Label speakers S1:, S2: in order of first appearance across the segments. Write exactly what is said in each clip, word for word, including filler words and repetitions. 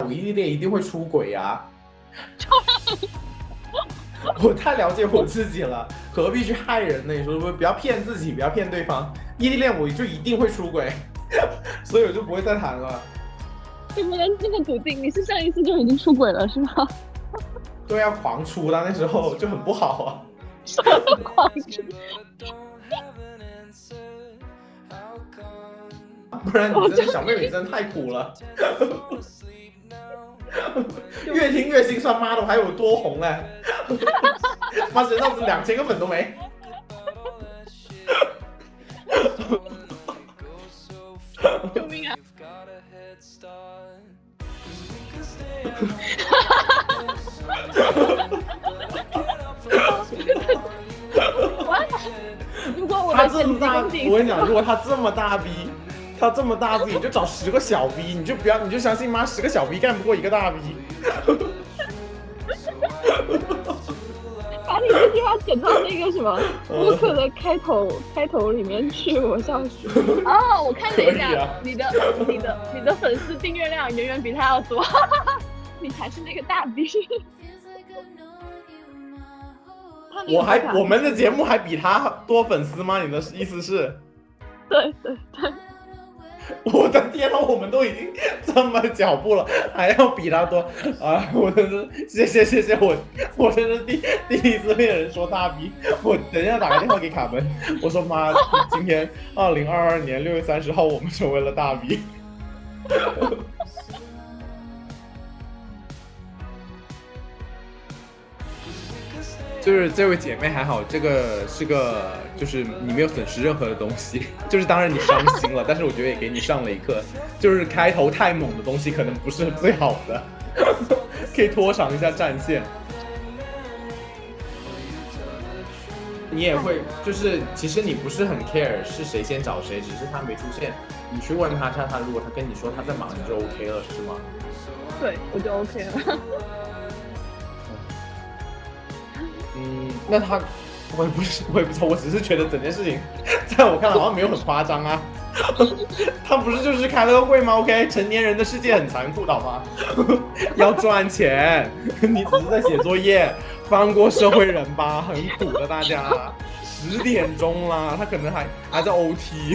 S1: 我异地恋一定会出轨呀、我太了解我自己了，何必去害人呢？你说不？不要骗自己，不要骗对方。异地恋我就一定会出轨，所以我就不会再谈了。
S2: 怎么能这么笃定？你是上一次就已经出轨了是吗？
S1: 对啊，狂出的那时候就很不好啊。
S2: 什么狂出？
S1: 不然你真的小妹妹真的太苦了。越听越心酸，妈的，我还有多红嘞！妈，谁知道两千个粉都没。
S2: 救命啊如果我
S1: 他
S2: 的
S1: 这么大，
S2: 剪辑
S1: 我跟你讲，如果他这么大逼，他这么大逼，你就找十个小逼，你就不要，你就相信妈，十个小逼干不过一个大逼。
S2: 把你这句话剪到那个什么播客的开头开头里面去，我笑死。哦，我看了一下，
S1: 啊、
S2: 你的你的你的粉丝订阅量远远比他要多，你才是那个大逼。
S1: 我还我们的节目还比他多粉丝吗？你的意思是？
S2: 对对对。
S1: 我的天呐，我们都已经这么脚步了，还要比他多啊！我真是谢谢谢谢我，我真是第第一次被人说大逼。我等一下打个电话给卡门，我说妈，今天二零二二年六月三十号，我们成为了大逼。就是这位姐妹还好，这个是个就是你没有损失任何的东西，就是当然你伤心了，但是我觉得也给你上了一课，就是开头太猛的东西可能不是最好的，可以拖长一下战线。你也会就是其实你不是很 care 是谁先找谁，只是他没出现，你去问他他他如果他跟你说他在忙，你就 OK 了是吗？
S2: 对，我就 OK 了。
S1: 嗯，那他，我也不是，我也不知道，我只是觉得整件事情，在我看来好像没有很夸张啊。他不是就是开了个会吗 ？OK， 成年人的世界很残酷的好吗？要赚钱，你只是在写作业，放过社会人吧，很苦的大家。十点钟啦，他可能还还在 O T。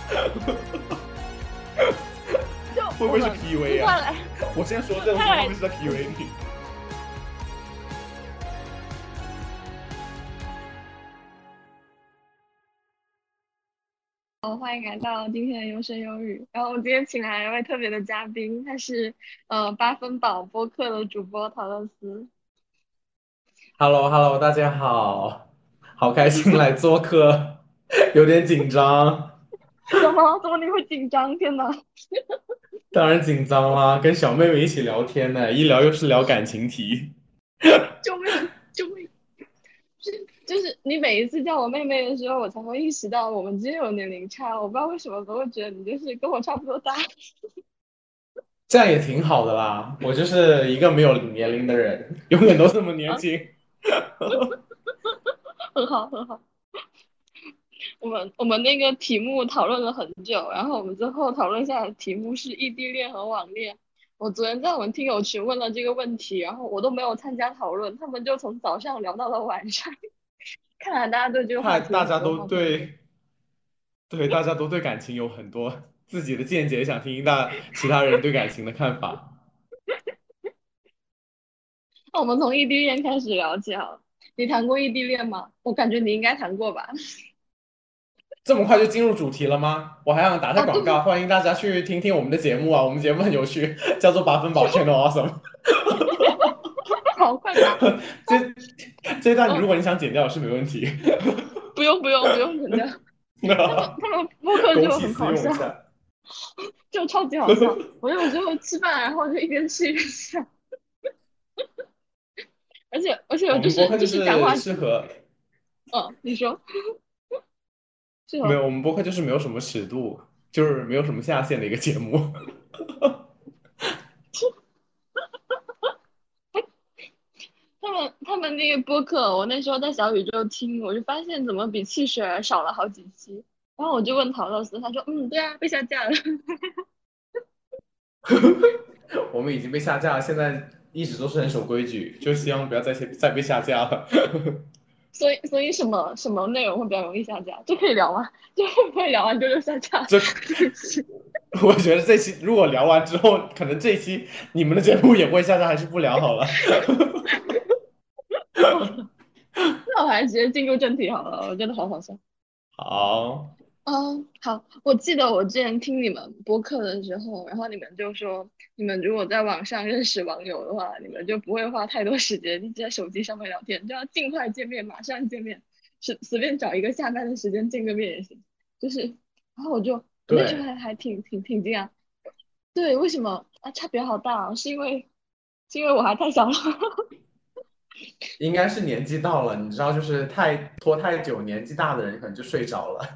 S1: 会不会是 P U A 啊？我现在说这东西会不会是在 P U A 你？
S2: 好，欢迎来到今天的有声有语。然后我今天请来了一位特别的嘉宾，他是呃八分饱播客的主播陶乐斯。
S1: Hello Hello， 大家好，好开心来做客，有点紧张。
S2: 怎么怎么你会紧张？天哪！
S1: 当然紧张啦，跟小妹妹一起聊天呢，一聊又是聊感情题。
S2: 救命！救命！是就是你每一次叫我妹妹的时候，我才会意识到我们之间有年龄差。我不知道为什么都会觉得你就是跟我差不多大。
S1: 这样也挺好的啦，我就是一个没有年龄的人，永远都这么年轻。
S2: 很好，很好。我们我们那个题目讨论了很久，然后我们最后讨论下来的题目是异地恋和网恋。我昨天在我们听友群问了这个问题，然后我都没有参加讨论，他们就从早上聊到了晚上。看来大家对这个话题
S1: 大家都
S2: 有
S1: 对，对，大家都对感情有很多自己的见解，想听大其他人对感情的看法。
S2: 那我们从异地恋开始聊起好了。你谈过异地恋吗？我感觉你应该谈过吧。
S1: 这么快就进入主题了吗？我还想打下广告，
S2: 哦、
S1: 欢迎大家去听听我们的节目啊！我们节目很有趣，叫做八分饱 Channel Awesome。
S2: 好，快打！
S1: 这这段如果你想剪掉是没问题。
S2: 不用不用不用剪掉。他们他们播客就很好笑，就超级好笑。我有时候吃饭，然后就一边吃一边笑。而且而且就是
S1: 我们播客
S2: 就是讲话
S1: 适合。
S2: 嗯，你说。
S1: 没有，我们播客就是没有什么尺度，就是没有什么下限的一个节目。
S2: 他们他们那个播客，我那时候在小宇宙听，我就发现怎么比汽水儿少了好几期。然后我就问陶乐斯，他说：“嗯，对啊，被下架了。”
S1: 我们已经被下架了，现在一直都是很守规矩，就希望不要再再被下架了。
S2: 所以所以什么什么内容会比较容易下架？这可以聊吗？就会不会聊完就就下架
S1: 这
S2: 这一期？
S1: 我觉得这期如果聊完之后，可能这一期你们的节目也不会下架，还是不聊好了。
S2: 那我还是直接进入正题好了，我觉得好好笑。
S1: 好，
S2: 嗯，好，我记得我之前听你们播客的时候，然后你们就说，你们如果在网上认识网友的话，你们就不会花太多时间一直在手机上面聊天，就要尽快见面，马上见面，随随便找一个下班的时间见个面也行。就是，然后我就我那时候
S1: 对，
S2: 还还挺挺挺惊讶，对，为什么啊？差别好大啊？是因为是因为我还太小了。
S1: 应该是年纪到了，你知道，就是太拖太久，年纪大的人可能就睡着了。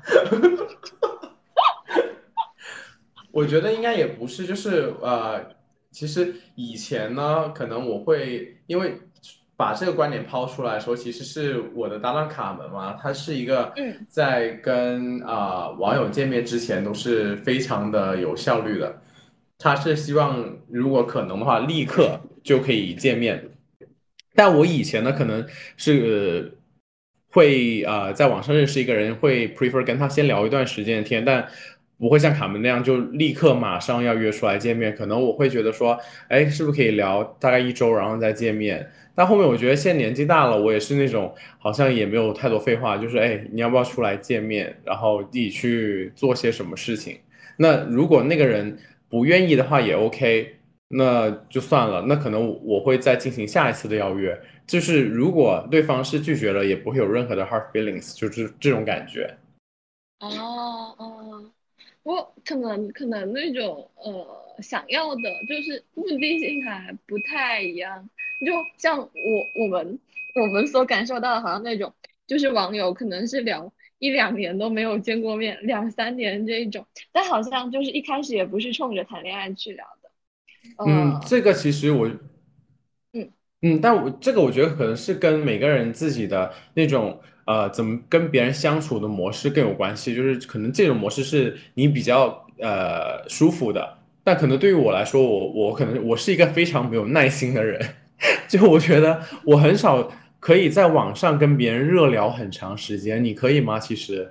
S1: 我觉得应该也不是，就是呃，其实以前呢，可能我会因为把这个观点抛出来的时候，其实是我的搭档卡门嘛，他是一个
S2: 嗯
S1: 在跟啊、呃网友见面之前都是非常的有效率的，他是希望如果可能的话，立刻就可以见面。但我以前呢，可能是会呃在网上认识一个人，会 prefer 跟他先聊一段时间的天，但不会像卡门那样就立刻马上要约出来见面。可能我会觉得说，哎，是不是可以聊大概一周，然后再见面？但后面我觉得现在年纪大了，我也是那种好像也没有太多废话，就是哎，你要不要出来见面，然后一起去做些什么事情？那如果那个人不愿意的话，也 OK。那就算了，那可能我会再进行下一次的邀约。就是如果对方是拒绝了，也不会有任何的 hard feelings，就是这种感觉。
S2: 哦哦，我可能可能那种呃想要的，就是目的性还不太一样。就像我我们我们所感受到的，好像那种就是网友可能是聊一两年都没有见过面，两三年这一种，但好像就是一开始也不是冲着谈恋爱去聊的。
S1: 嗯，
S2: 呃
S1: 这个其实我
S2: 嗯
S1: 嗯，但我这个我觉得可能是跟每个人自己的那种呃怎么跟别人相处的模式更有关系，就是可能这种模式是你比较呃舒服的，但可能对于我来说，我我可能我是一个非常没有耐心的人，就我觉得我很少可以在网上跟别人热聊很长时间，你可以吗？其实。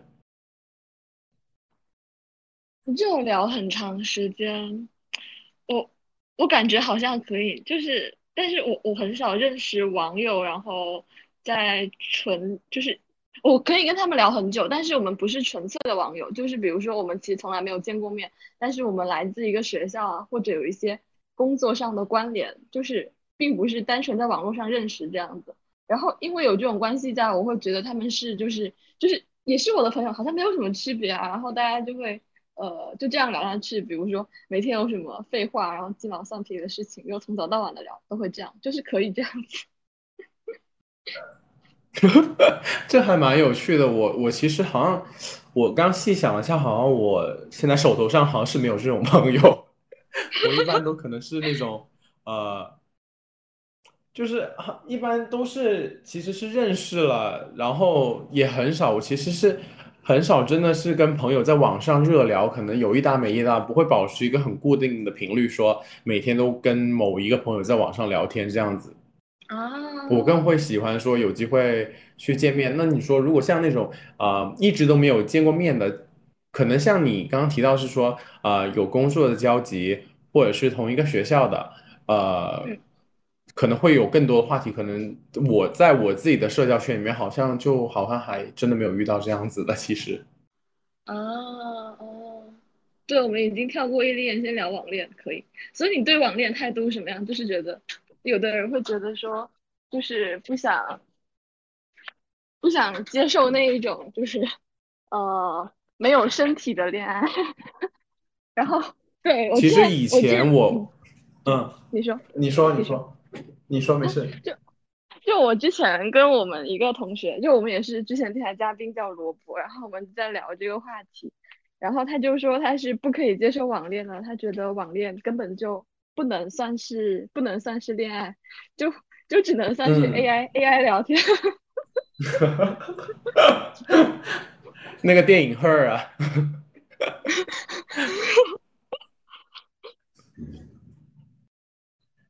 S2: 就聊很长时间。我我感觉好像可以，就是，但是我我很少认识网友，然后在纯就是我可以跟他们聊很久，但是我们不是纯粹的网友，就是比如说我们其实从来没有见过面，但是我们来自一个学校啊，或者有一些工作上的关联，就是并不是单纯在网络上认识这样子。然后因为有这种关系在，我会觉得他们是就是就是也是我的朋友，好像没有什么区别啊。然后大家就会呃就这样聊下去，比如说每天有什么废话，然后鸡毛蒜皮的事情，又从早到晚的聊，都会这样，就是可以这样子。
S1: 这还蛮有趣的。我我其实好像，我刚细想了一下，好像我现在手头上好像是没有这种朋友。我一般都可能是那种呃，就是啊一般都是其实是认识了，然后也很少。我其实是很少真的是跟朋友在网上热聊，可能有一搭没一搭，不会保持一个很固定的频率，说每天都跟某一个朋友在网上聊天这样子。我
S2: 啊，
S1: 更会喜欢说有机会去见面。那你说，如果像那种啊、呃一直都没有见过面的，可能像你刚刚提到是说啊、呃有工作的交集，或者是同一个学校的，呃，
S2: 嗯
S1: 可能会有更多的话题。可能我在我自己的社交圈里面，好像就好像还真的没有遇到这样子的。其实，
S2: 啊哦，对，我们已经跳过异地恋，先聊网恋，可以。所以你对网恋态度是什么样？就是觉得有的人会觉得说，就是不想不想接受那一种，就是呃没有身体的恋爱。然后对我之前
S1: 其实以
S2: 我之前嗯
S1: 前我，
S2: 嗯，
S1: 嗯，
S2: 你说
S1: 你说，你
S2: 你说。
S1: 说，你说没事。
S2: 就就我之前跟我们一个同学，就我们也是之前电台嘉宾叫萝卜，然后我们在聊这个话题，然后他就说他是不可以接受网恋的，他觉得网恋根本就不能算是不能算是恋爱，就就只能算是
S1: 嗯，
S2: AI AI 聊天。
S1: 那个电影《Her》啊。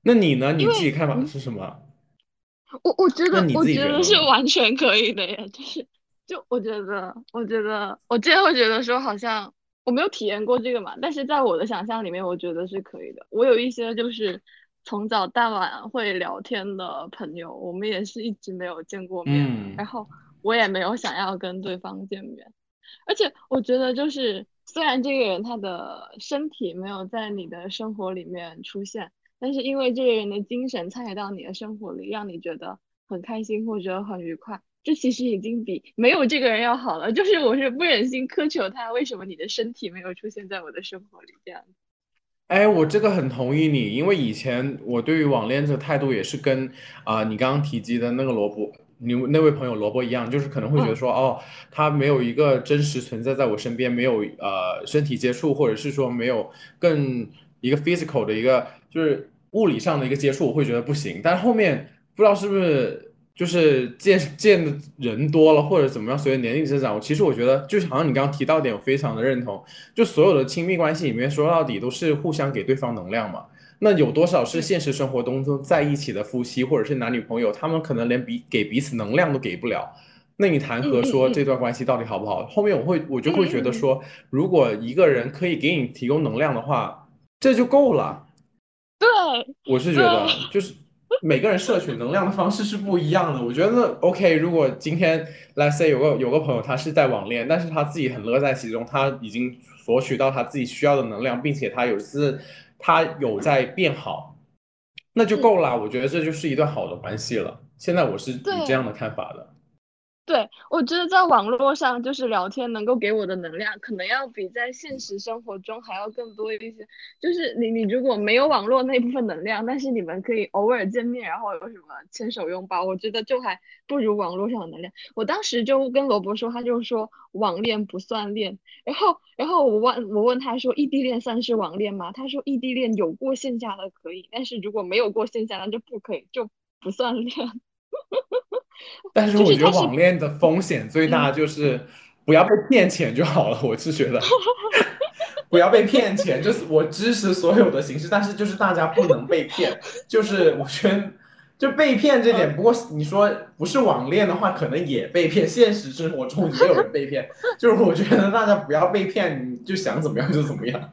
S1: 那你呢？你自己
S2: 因为
S1: 看法
S2: 嗯。
S1: 是什么？
S2: 我我觉得，
S1: 那你自己
S2: 我觉得是
S1: 觉得呢？
S2: 完全可以的呀，就是，就我觉得，我觉得，我之前会觉得说，好像我没有体验过这个嘛，但是在我的想象里面，我觉得是可以的。我有一些就是从早到晚会聊天的朋友，我们也是一直没有见过面的，
S1: 嗯
S2: 然后我也没有想要跟对方见面，而且我觉得就是，虽然这个人他的身体没有在你的生活里面出现。但是因为这个人的精神参与到你的生活里，让你觉得很开心或者很愉快，这其实已经比没有这个人要好了。就是我是不忍心苛求他，为什么你的身体没有出现在我的生活里这样。
S1: 哎，我这个很同意你，因为以前我对于网恋这个态度也是跟啊、你刚刚提及的那个萝卜，你那位朋友萝卜一样，就是可能会觉得
S2: 嗯
S1: 说，哦，他没有一个真实存在在我身边，没有呃身体接触，或者是说没有更一个 physical 的一个就是物理上的一个接触，我会觉得不行。但是后面不知道是不是就是见见的人多了，或者怎么样，随着年龄增长，其实我觉得就是好像你刚刚提到一点，我非常的认同。就所有的亲密关系里面，说到底都是互相给对方能量嘛。那有多少是
S2: 嗯
S1: 现实生活当中在一起的夫妻或者是男女朋友，他们可能连彼给彼此能量都给不了？那你谈
S2: 嗯
S1: 何说这
S2: 嗯嗯
S1: 段关系到底好不好？后面我会我就会觉
S2: 嗯嗯嗯，
S1: 得说，如果一个人可以给你提供能量的话，这就够了。
S2: 对
S1: 我是
S2: 对，
S1: 觉得，就是每个人摄取能量的方式是不一样的。我觉得 OK，如果今天 let's say 有个有个朋友他是在网恋，但是他自己很乐在其中，他已经索取到他自己需要的能量，并且他有是他有在变好，那就
S2: 嗯
S1: 够了。我觉得这就是一段好的关系了。现在我是以这样
S2: 对。
S1: 的看法的。
S2: 对，我觉得在网络上就是聊天能够给我的能量，可能要比在现实生活中还要更多一些。就是你你如果没有网络那部分能量，但是你们可以偶尔见面，然后有什么牵手拥抱，我觉得就还不如网络上的能量。我当时就跟罗伯说，他就说网恋不算恋，然后然后我问我问他说异地恋算是网恋吗？他说异地恋有过线下的可以，但是如果没有过线下那就不可以，就不算恋。
S1: 但是
S2: 就是他是
S1: 我觉得网恋的风险最大
S2: 嗯。
S1: 就是不要被骗钱就好了。我是觉得。不要被骗钱，就是我支持所有的形式，但是就是大家不能被骗，就是我觉得就被骗这点。
S2: 嗯。
S1: 不过你说不是网恋的话，可能也被骗，现实生活中也有人被骗，就是我觉得大家不要被骗，你就想怎么样就怎么样，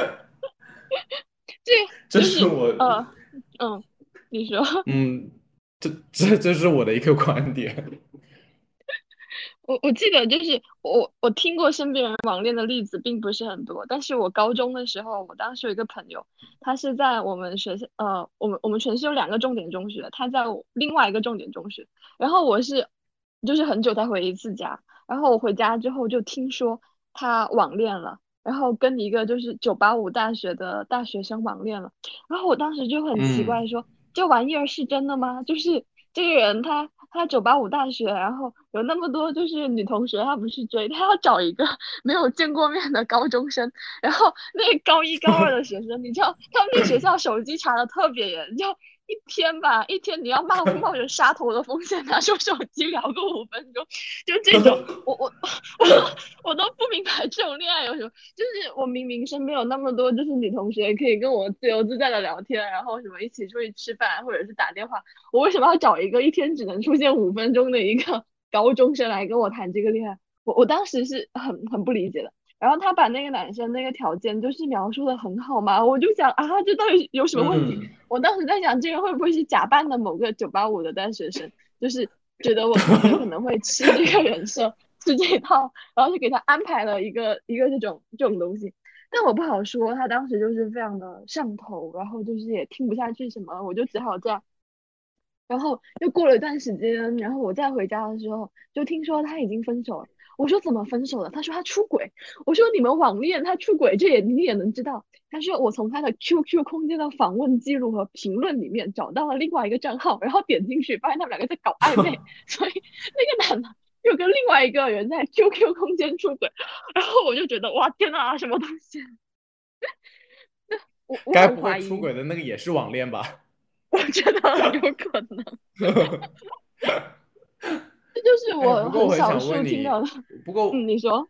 S2: 这
S1: 这
S2: 就是
S1: 是我
S2: 呃嗯，你说。
S1: 嗯，这这这是我的一个观点。
S2: 我我记得就是我我听过身边人网恋的例子并不是很多，但是我高中的时候，我当时有一个朋友，他是在我们学校呃我们我们全市有两个重点中学，他在我另外一个重点中学，然后我是就是很久才回一次家，然后我回家之后就听说他网恋了。然后跟一个就是九八五大学的大学生网恋了，然后我当时就很奇
S1: 嗯，
S2: 怪说，这玩意儿是真的吗？就是这个人他他九八五大学，然后有那么多就是女同学，他不去追，他要找一个没有见过面的高中生，然后那个高一高二的学生，你知道他们那学校手机查的特别严，就一天吧，一天你要冒冒着杀头的风险拿出手机聊个五分钟，就这种，我我我我都不明白这种恋爱有什么。就是我明明身边有那么多就是女同学可以跟我自由自在的聊天，然后什么一起出去吃饭或者是打电话，我为什么要找一个一天只能出现五分钟的一个高中生来跟我谈这个恋爱？我我当时是很很不理解的。然后他把那个男生那个条件就是描述的很好嘛，我就想啊，这到底有什么问题？
S1: 嗯，
S2: 我当时在想，这个会不会是假扮的某个九八五的大学生，就是觉得我同学可能会吃这个人设，吃这一套，然后就给他安排了一个一个这种这种东西。但我不好说，他当时就是非常的上头，然后就是也听不下去什么，我就只好这样。然后又过了一段时间，然后我再回家的时候，就听说他已经分手了。我说怎么分手了？他说他出轨。我说你们网恋，他出轨，这也你也能知道。他说我从他的 Q Q 空间的访问记录和评论里面找到了另外一个账号，然后点进去发现他们两个在搞暧昧，所以那个男的又跟另外一个人在 Q Q 空间出轨。然后我就觉得哇天呐，什么东西啊？我我很
S1: 该不会
S2: 怀疑，
S1: 出轨的那个也是网恋吧？
S2: 我觉得有可能。这就是
S1: 哎，
S2: 我
S1: 不过我很
S2: 很少
S1: 想问你，
S2: 数听到的。
S1: 不过
S2: 嗯，你说。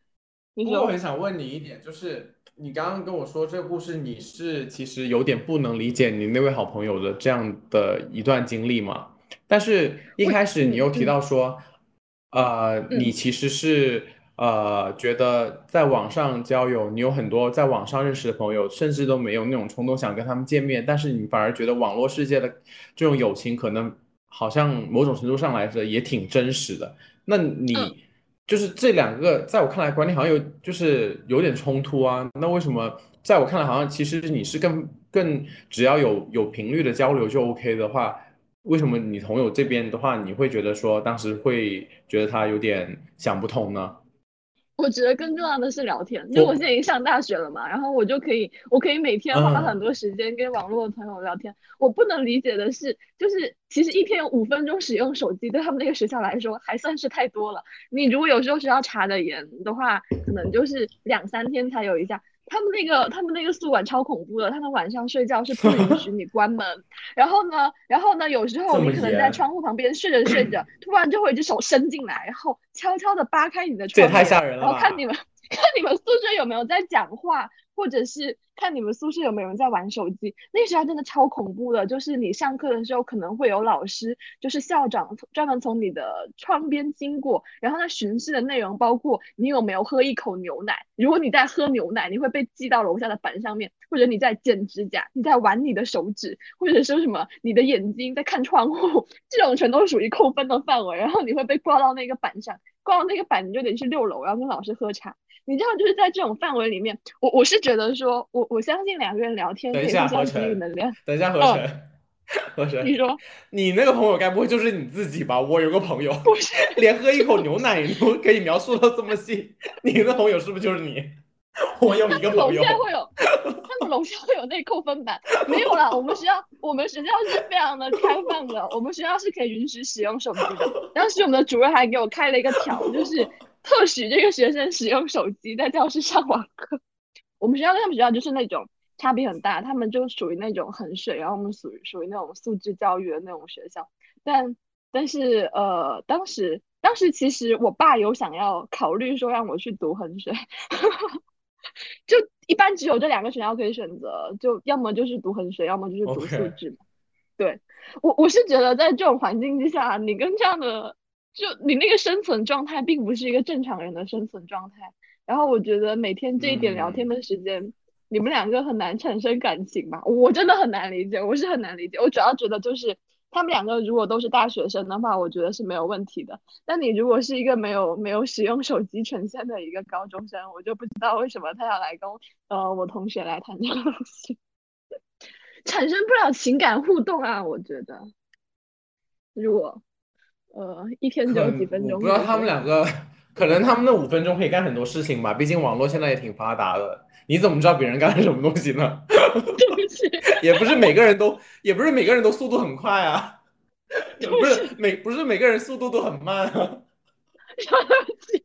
S2: 你说，
S1: 不过我很想问你一点，就是你刚刚跟我说这个故事，你是其实有点不能理解你那位好朋友的这样的一段经历嘛？但是一
S2: 我
S1: 开始你又提
S2: 嗯嗯
S1: 到说，呃，你
S2: 嗯，
S1: 其实是呃觉得在网上交友，你有很多在网上认识的朋友，甚至都没有那种冲动想跟他们见面，但是你反而觉得网络世界的这种友情可能好像某种程度上来说也挺真实的。那
S2: 嗯，
S1: 你就是这两个，在我看来观念好像有就是有点冲突啊。那为什么在我看来好像其实你是更更只要有有频率的交流就 OK 的话，为什么你朋友这边的话，你会觉得说当时会觉得他有点想不通呢？
S2: 我觉得更重要的是聊天，就我现在
S1: 我
S2: 已经上大学了嘛，然后我就可以，我可以每天花很
S1: 嗯，
S2: 多时间跟网络的朋友聊天。我不能理解的是，就是其实一天有五分钟使用手机，对他们那个学校来说还算是太多了。你如果有时候学校查的严的话，可能就是两三天才有一下。他们那个他们那个宿管超恐怖的，他们晚上睡觉是不允许你关门，然后呢，然后呢，有时候
S1: 这么
S2: 你可能在
S1: 严，
S2: 窗户旁边睡着睡着，突然就会一只手伸进来，然后悄悄的扒开你的
S1: 这也
S2: 窗帘，
S1: 太吓人了吧！
S2: 然后看你们看你们宿舍有没有在讲话，或者是看你们宿舍有没有人在玩手机。那时候真的超恐怖的，就是你上课的时候可能会有老师，就是校长专门从你的窗边经过，然后他巡视的内容包括你有没有喝一口牛奶。如果你在喝牛奶，你会被记到楼下的板上面，或者你在剪指甲，你在玩你的手指，或者说什么你的眼睛在看窗户，这种全都属于扣分的范围，然后你会被挂到那个板上。挂到那个板，你就得去六楼，然后跟老师喝茶。你知道，就是在这种范围里面，我我是觉得说，我我相信两个人聊天可以互
S1: 等一下，何
S2: 相给予
S1: 晨，
S2: 能量。
S1: 等一下，何
S2: 嗯，
S1: 晨，何晨，
S2: 你说
S1: 你那个朋友该不会就是你自己吧？我有个朋友，
S2: 不是？
S1: 连喝一口牛奶你都可以描述到这么细，你的朋友是不是就是你？我有一个
S2: 他们楼下
S1: 朋友，
S2: 会有，他们楼下会有那扣分板，没有啦。我们学校我们学校是非常的开放的，我们学校是可以允许使用手机的。当时我们的主任还给我开了一个条，就是特许这个学生使用手机在教室上网课。我们学校跟他们学校就是那种差别很大，他们就属于那种衡水，然后我们属于属于那种素质教育的那种学校。但但是呃，当时当时其实我爸有想要考虑说让我去读衡水，就一般只有这两个选项可以选择，就要么就是读衡水，要么就是读素
S1: OK，
S2: 质嘛。对，我我是觉得在这种环境之下，你跟这样的就你那个生存状态并不是一个正常人的生存状态。然后我觉得每天这一点聊天
S1: 嗯，
S2: 的时间，你们两个很难产生感情吧？我真的很难理解，我是很难理解。我主要觉得就是他们两个如果都是大学生的话，我觉得是没有问题的。但你如果是一个没有没有使用手机权限的一个高中生，我就不知道为什么他要来跟呃我同学来谈这个东西，产生不了情感互动啊，我觉得。如果呃一天只
S1: 可
S2: 有几分
S1: 我不知道
S2: 钟可以说话，
S1: 他们两个，可能他们那五分钟可以干很多事情吧，毕竟网络现在也挺发达的，你怎么知道别人干了什么东西呢？
S2: 对不起，
S1: 也不是每个人都，也不是每个人都速度很快啊，
S2: 对
S1: 不
S2: 不起，
S1: 是每不是每个人速度都很慢啊。
S2: 对不起，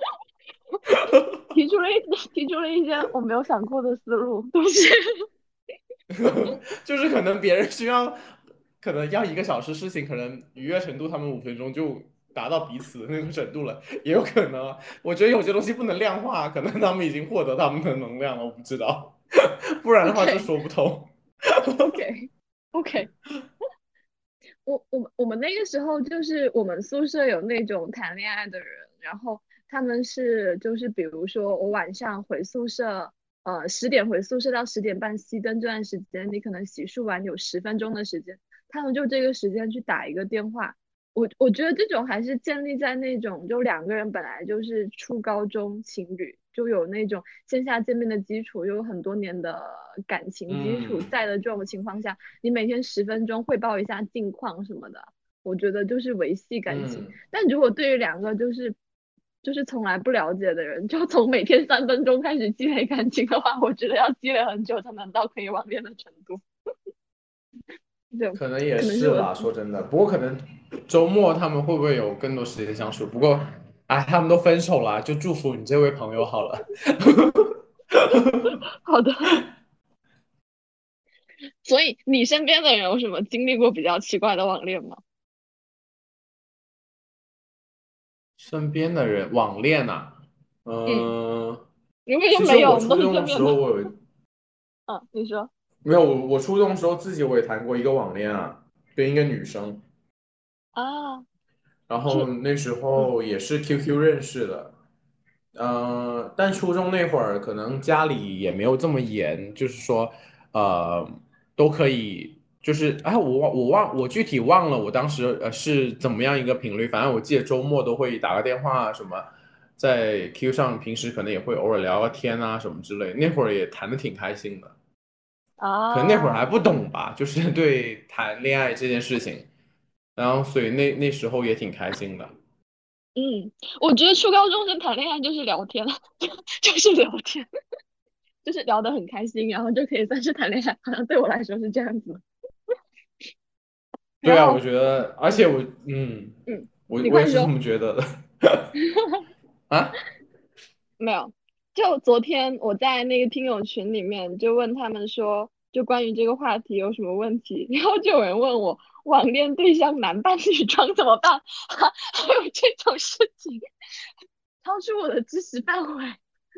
S2: 提出了一提出了一些我没有想过的思路，对不起。
S1: 就是可能别人需要，可能要一个小时事情，可能愉悦程度他们五分钟就达到彼此的那个程度了，也有可能啊。我觉得有些东西不能量化，可能他们已经获得他们的能量了，我不知道，不然的话这
S2: OK
S1: 说不通。
S2: OK OK，我我们我们那个时候就是我们宿舍有那种谈恋爱的人，然后他们是就是比如说我晚上回宿舍，呃十点回宿舍到十点半熄灯这段时间，你可能洗漱完有十分钟的时间，他们就这个时间去打一个电话。我我觉得这种还是建立在那种就两个人本来就是初高中情侣，就有那种线下见面的基础，又有很多年的感情基础
S1: 嗯
S2: 在的这种情况下。你每天十分钟汇报一下近况什么的，我觉得就是维系感情。
S1: 嗯，
S2: 但如果对于两个就是就是从来不了解的人，就从每天三分钟开始积累感情的话，我觉得要积累很久才能到可以网恋的程度。对，
S1: 可能也
S2: 可能是我
S1: 是吧。说真的，不过可能周末他们会不会有更多时间相处？不过，哎，他们都分手了，就祝福你这位朋友好了。
S2: 好的。所以你身边的人有什么经历过比较奇怪的网恋吗？
S1: 身边的人网恋啊，
S2: 嗯，
S1: 嗯，
S2: 如果就
S1: 其实
S2: 没有，我们都
S1: 我初中的
S2: 是正面的。
S1: 时候我有
S2: 嗯，你说。
S1: 没有我我初中的时候自己我也谈过一个网恋啊，跟一个女生。
S2: 啊，
S1: 然后
S2: 是。
S1: 那时
S2: 嗯
S1: 候也是 Q Q 认识的。呃，但初中那会儿可能家里也没有这么严，就是说，呃，都可以，就是哎，我忘我忘我具体忘了我当时呃是怎么样一个频率，反正我记得周末都会打个电话什么，在 Q 上平时可能也会偶尔聊个天啊什么之类，那会儿也谈的挺开心的。可能那会儿还
S2: 啊。
S1: 不懂吧，就是对谈恋爱这件事情，然后所以那那时候也挺开心的。
S2: 嗯，我觉得初高中生谈恋爱就是聊天，就是聊天，就是聊得很开心，然后就可以算是谈恋爱，好像对我来说是这样子。然
S1: 对啊，我
S2: 后，
S1: 觉得，而且我，嗯，
S2: 嗯，
S1: 我我也是这
S2: 你快说。
S1: 么觉得的啊。
S2: 没有，就昨天我在那个听友群里面就问他们说，就关于这个话题有什么问题，然后就有人问我网恋对象男扮女装怎么办，还有这种事情，超出我的知识范围。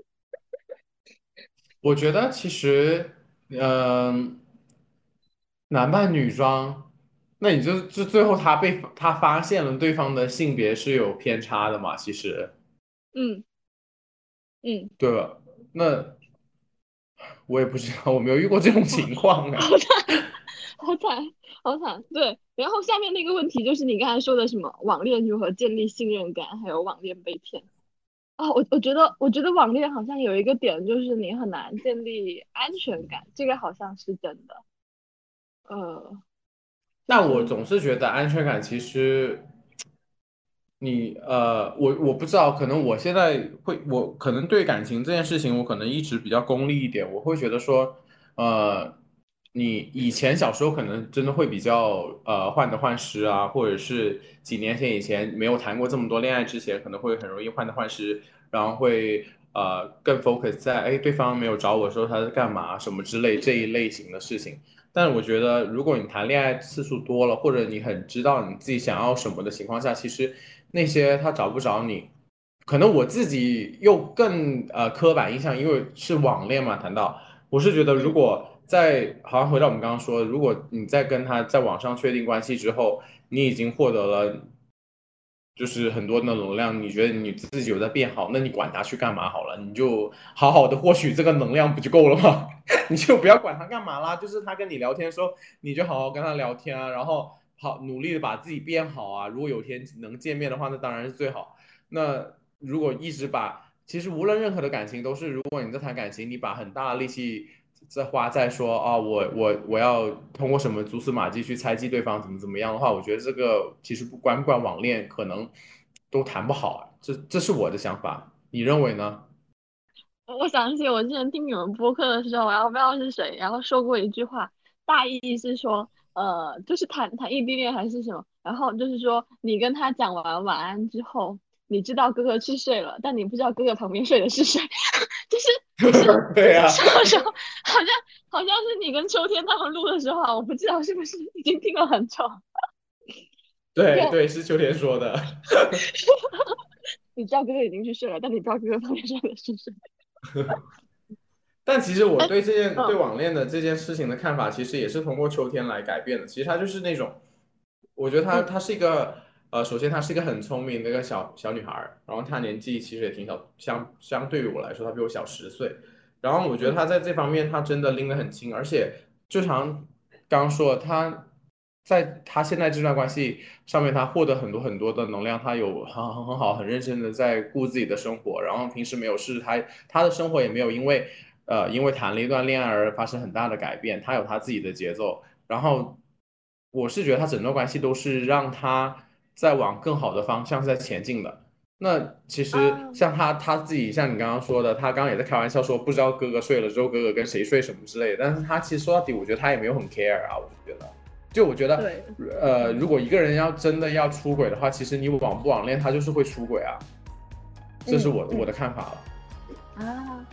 S1: 我觉得其实，嗯、男扮女装，那你就就最后他被他发现了对方的性别是有偏差的嘛？其实，
S2: 嗯嗯。
S1: 对吧？那我也不知道，我没有遇过这种情况哎。
S2: 好惨，好惨，好惨。对，然后下面那个问题就是你刚才说的什么网恋如何建立信任感，还有网恋被骗。啊，我我觉得，我觉得网恋好像有一个点，就是你很难建立安全感，这个好像是真的。呃，就是
S1: 但我总是觉得安全感其实你呃，我我不知道，可能我现在会，我可能对感情这件事情，我可能一直比较功利一点，我会觉得说，呃，你以前小时候可能真的会比较呃患得患失啊，或者是几年前以前没有谈过这么多恋爱之前，可能会很容易患得患失，然后会呃更 focus 在哎对方没有找我的时候他在干嘛什么之类这一类型的事情。但我觉得，如果你谈恋爱次数多了，或者你很知道你自己想要什么的情况下，其实那些他找不着你，可能我自己又更呃刻板印象，因为是网恋嘛。谈到，我是觉得，如
S2: 嗯。
S1: 果在好像回到我们刚刚说，如果你在跟他在网上确定关系之后，你已经获得了就是很多的能量，你觉得你自己有在变好，那你管他去干嘛好了，你就好好的获取这个能量不就够了吗？你就不要管他干嘛啦，就是他跟你聊天的时候，你就好好跟他聊天啊，然后好努力的把自己变好啊。如果有天能见面的话，那当然是最好。那如果一直把，其实无论任何的感情都是，如果你在谈感情，你把很大的力气在花在说啊、哦我我我要通过什么蛛丝马迹去猜忌对方怎么怎么样的话，我觉得这个其实不管不管网恋，可能都谈不好啊。这这是我的想法，你认为呢？
S2: 我想起我之前听你们播客的时候，然后不知道是谁，然后说过一句话，大意是说，呃，就是谈谈异地恋还是什么，然后就是说你跟他讲完晚安之后，你知道哥哥去睡了，但你不知道哥哥旁边睡的是谁，就是就是
S1: 对呀、
S2: 什么时候，好像好像是你跟秋天他们录的时候啊，我不知道是不是已经听了很久，就
S1: 对对，是秋天说的。
S2: 你知道哥哥已经去睡了，但你不知道哥哥旁边睡的是谁。
S1: 但其实我
S2: 哎。
S1: 对这件对
S2: 嗯
S1: 网恋的这件事情的看法，其实也是通过秋天来改变的。其实他就是那种，我觉得她
S2: 嗯
S1: 她是一个呃，首先她是一个很聪明的一个小小女孩儿，然后她年纪其实也挺小，相相对于我来说，她比我小十岁。然后我觉得
S2: 嗯。
S1: 她在这方面她真的拎得很清，而且就像刚刚说，她在她现在这段关系上面，她获得很多很多的能量，她有很很很好很认真的在顾自己的生活，然后平时没有事，她她的生活也没有因为呃因为谈了一段恋爱而发生很大的改变，她有她自己的节奏。然后我是觉得他整段关系都是让他在往更好的方向在前进的。那其实
S2: 啊。
S1: 像他他自己，像你刚刚说的，他刚刚也在开玩笑说不知道哥哥睡了之后哥哥跟谁睡什么之类的，但是他其实说到底，我觉得他也没有很 care 啊，我就觉得，就我觉得，
S2: 对。
S1: 呃，
S2: 嗯
S1: 如果一个人要真的要出轨的话，其实你网不网恋，他就是会出轨啊，这是我我
S2: 嗯嗯。
S1: 的看法了。
S2: 啊。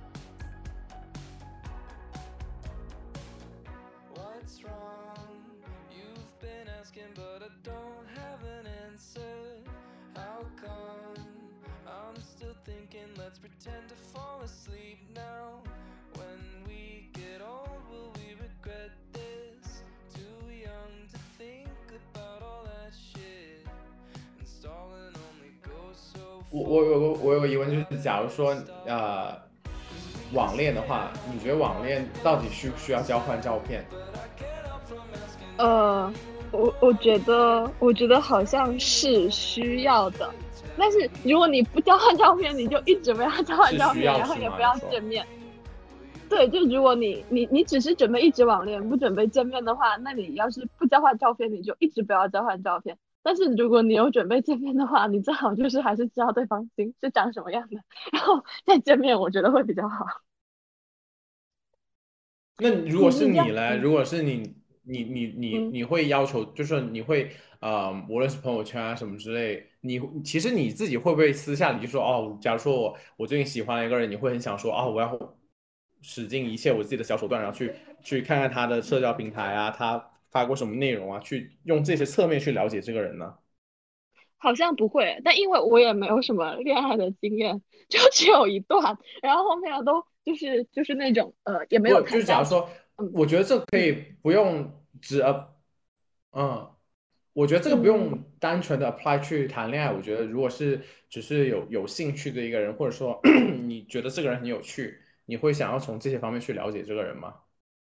S3: What's wrong? You've been asking, but I don't have an answer. How come I'm still thinking, let's tend to fall asleep now. When we get old, will we regret this? Too young to think about all that shit. And stalling only goes so
S1: 我我有个我有个疑问，就是假如说呃网恋的话，你觉得网恋到底需不需要交换照片？
S2: 呃，我我觉得，我觉得好像是需要的，但是如果你不交换照片，你就一直不要交换照片，
S1: 是需要
S2: 然后也不要
S1: 是吗你说
S2: 见面。对，就如果你你你只是准备一直网恋，不准备见面的话，那你要是不交换照片，你就一直不要交换照片。但是如果你有准备见面的话，你最好就是还是知道对方心是长什么样的，然后再见面，我觉得会比较好。
S1: 那如果是
S2: 你是这样，
S1: 你嘞？
S2: 嗯
S1: 如果是你，你你你
S2: 嗯。
S1: 你会要求，就是你会呃，无论是朋友圈啊什么之类，你其实你自己会不会私下里就说哦，假如说我我最近喜欢了一个人，你会很想说哦，我要使尽一切我自己的小手段，然后去去看看他的社交平台啊，他发过什么内容啊，去用这些侧面去了解这个人呢？
S2: 好像不会，但因为我也没有什么恋爱的经验，就只有一段，然后后面都就是就是那种呃，也没有
S1: 不，就是
S2: 谈下去。
S1: 假如说，
S2: 嗯
S1: 我觉得这可以
S2: 嗯
S1: 不用只呃嗯。我觉得这个不
S2: 嗯，
S1: 用单纯的 apply 去谈恋爱。我觉得如果是只是有有兴趣的一个人，或者说你觉得这个人很有趣，你会想要从这些方面去了解这个人吗？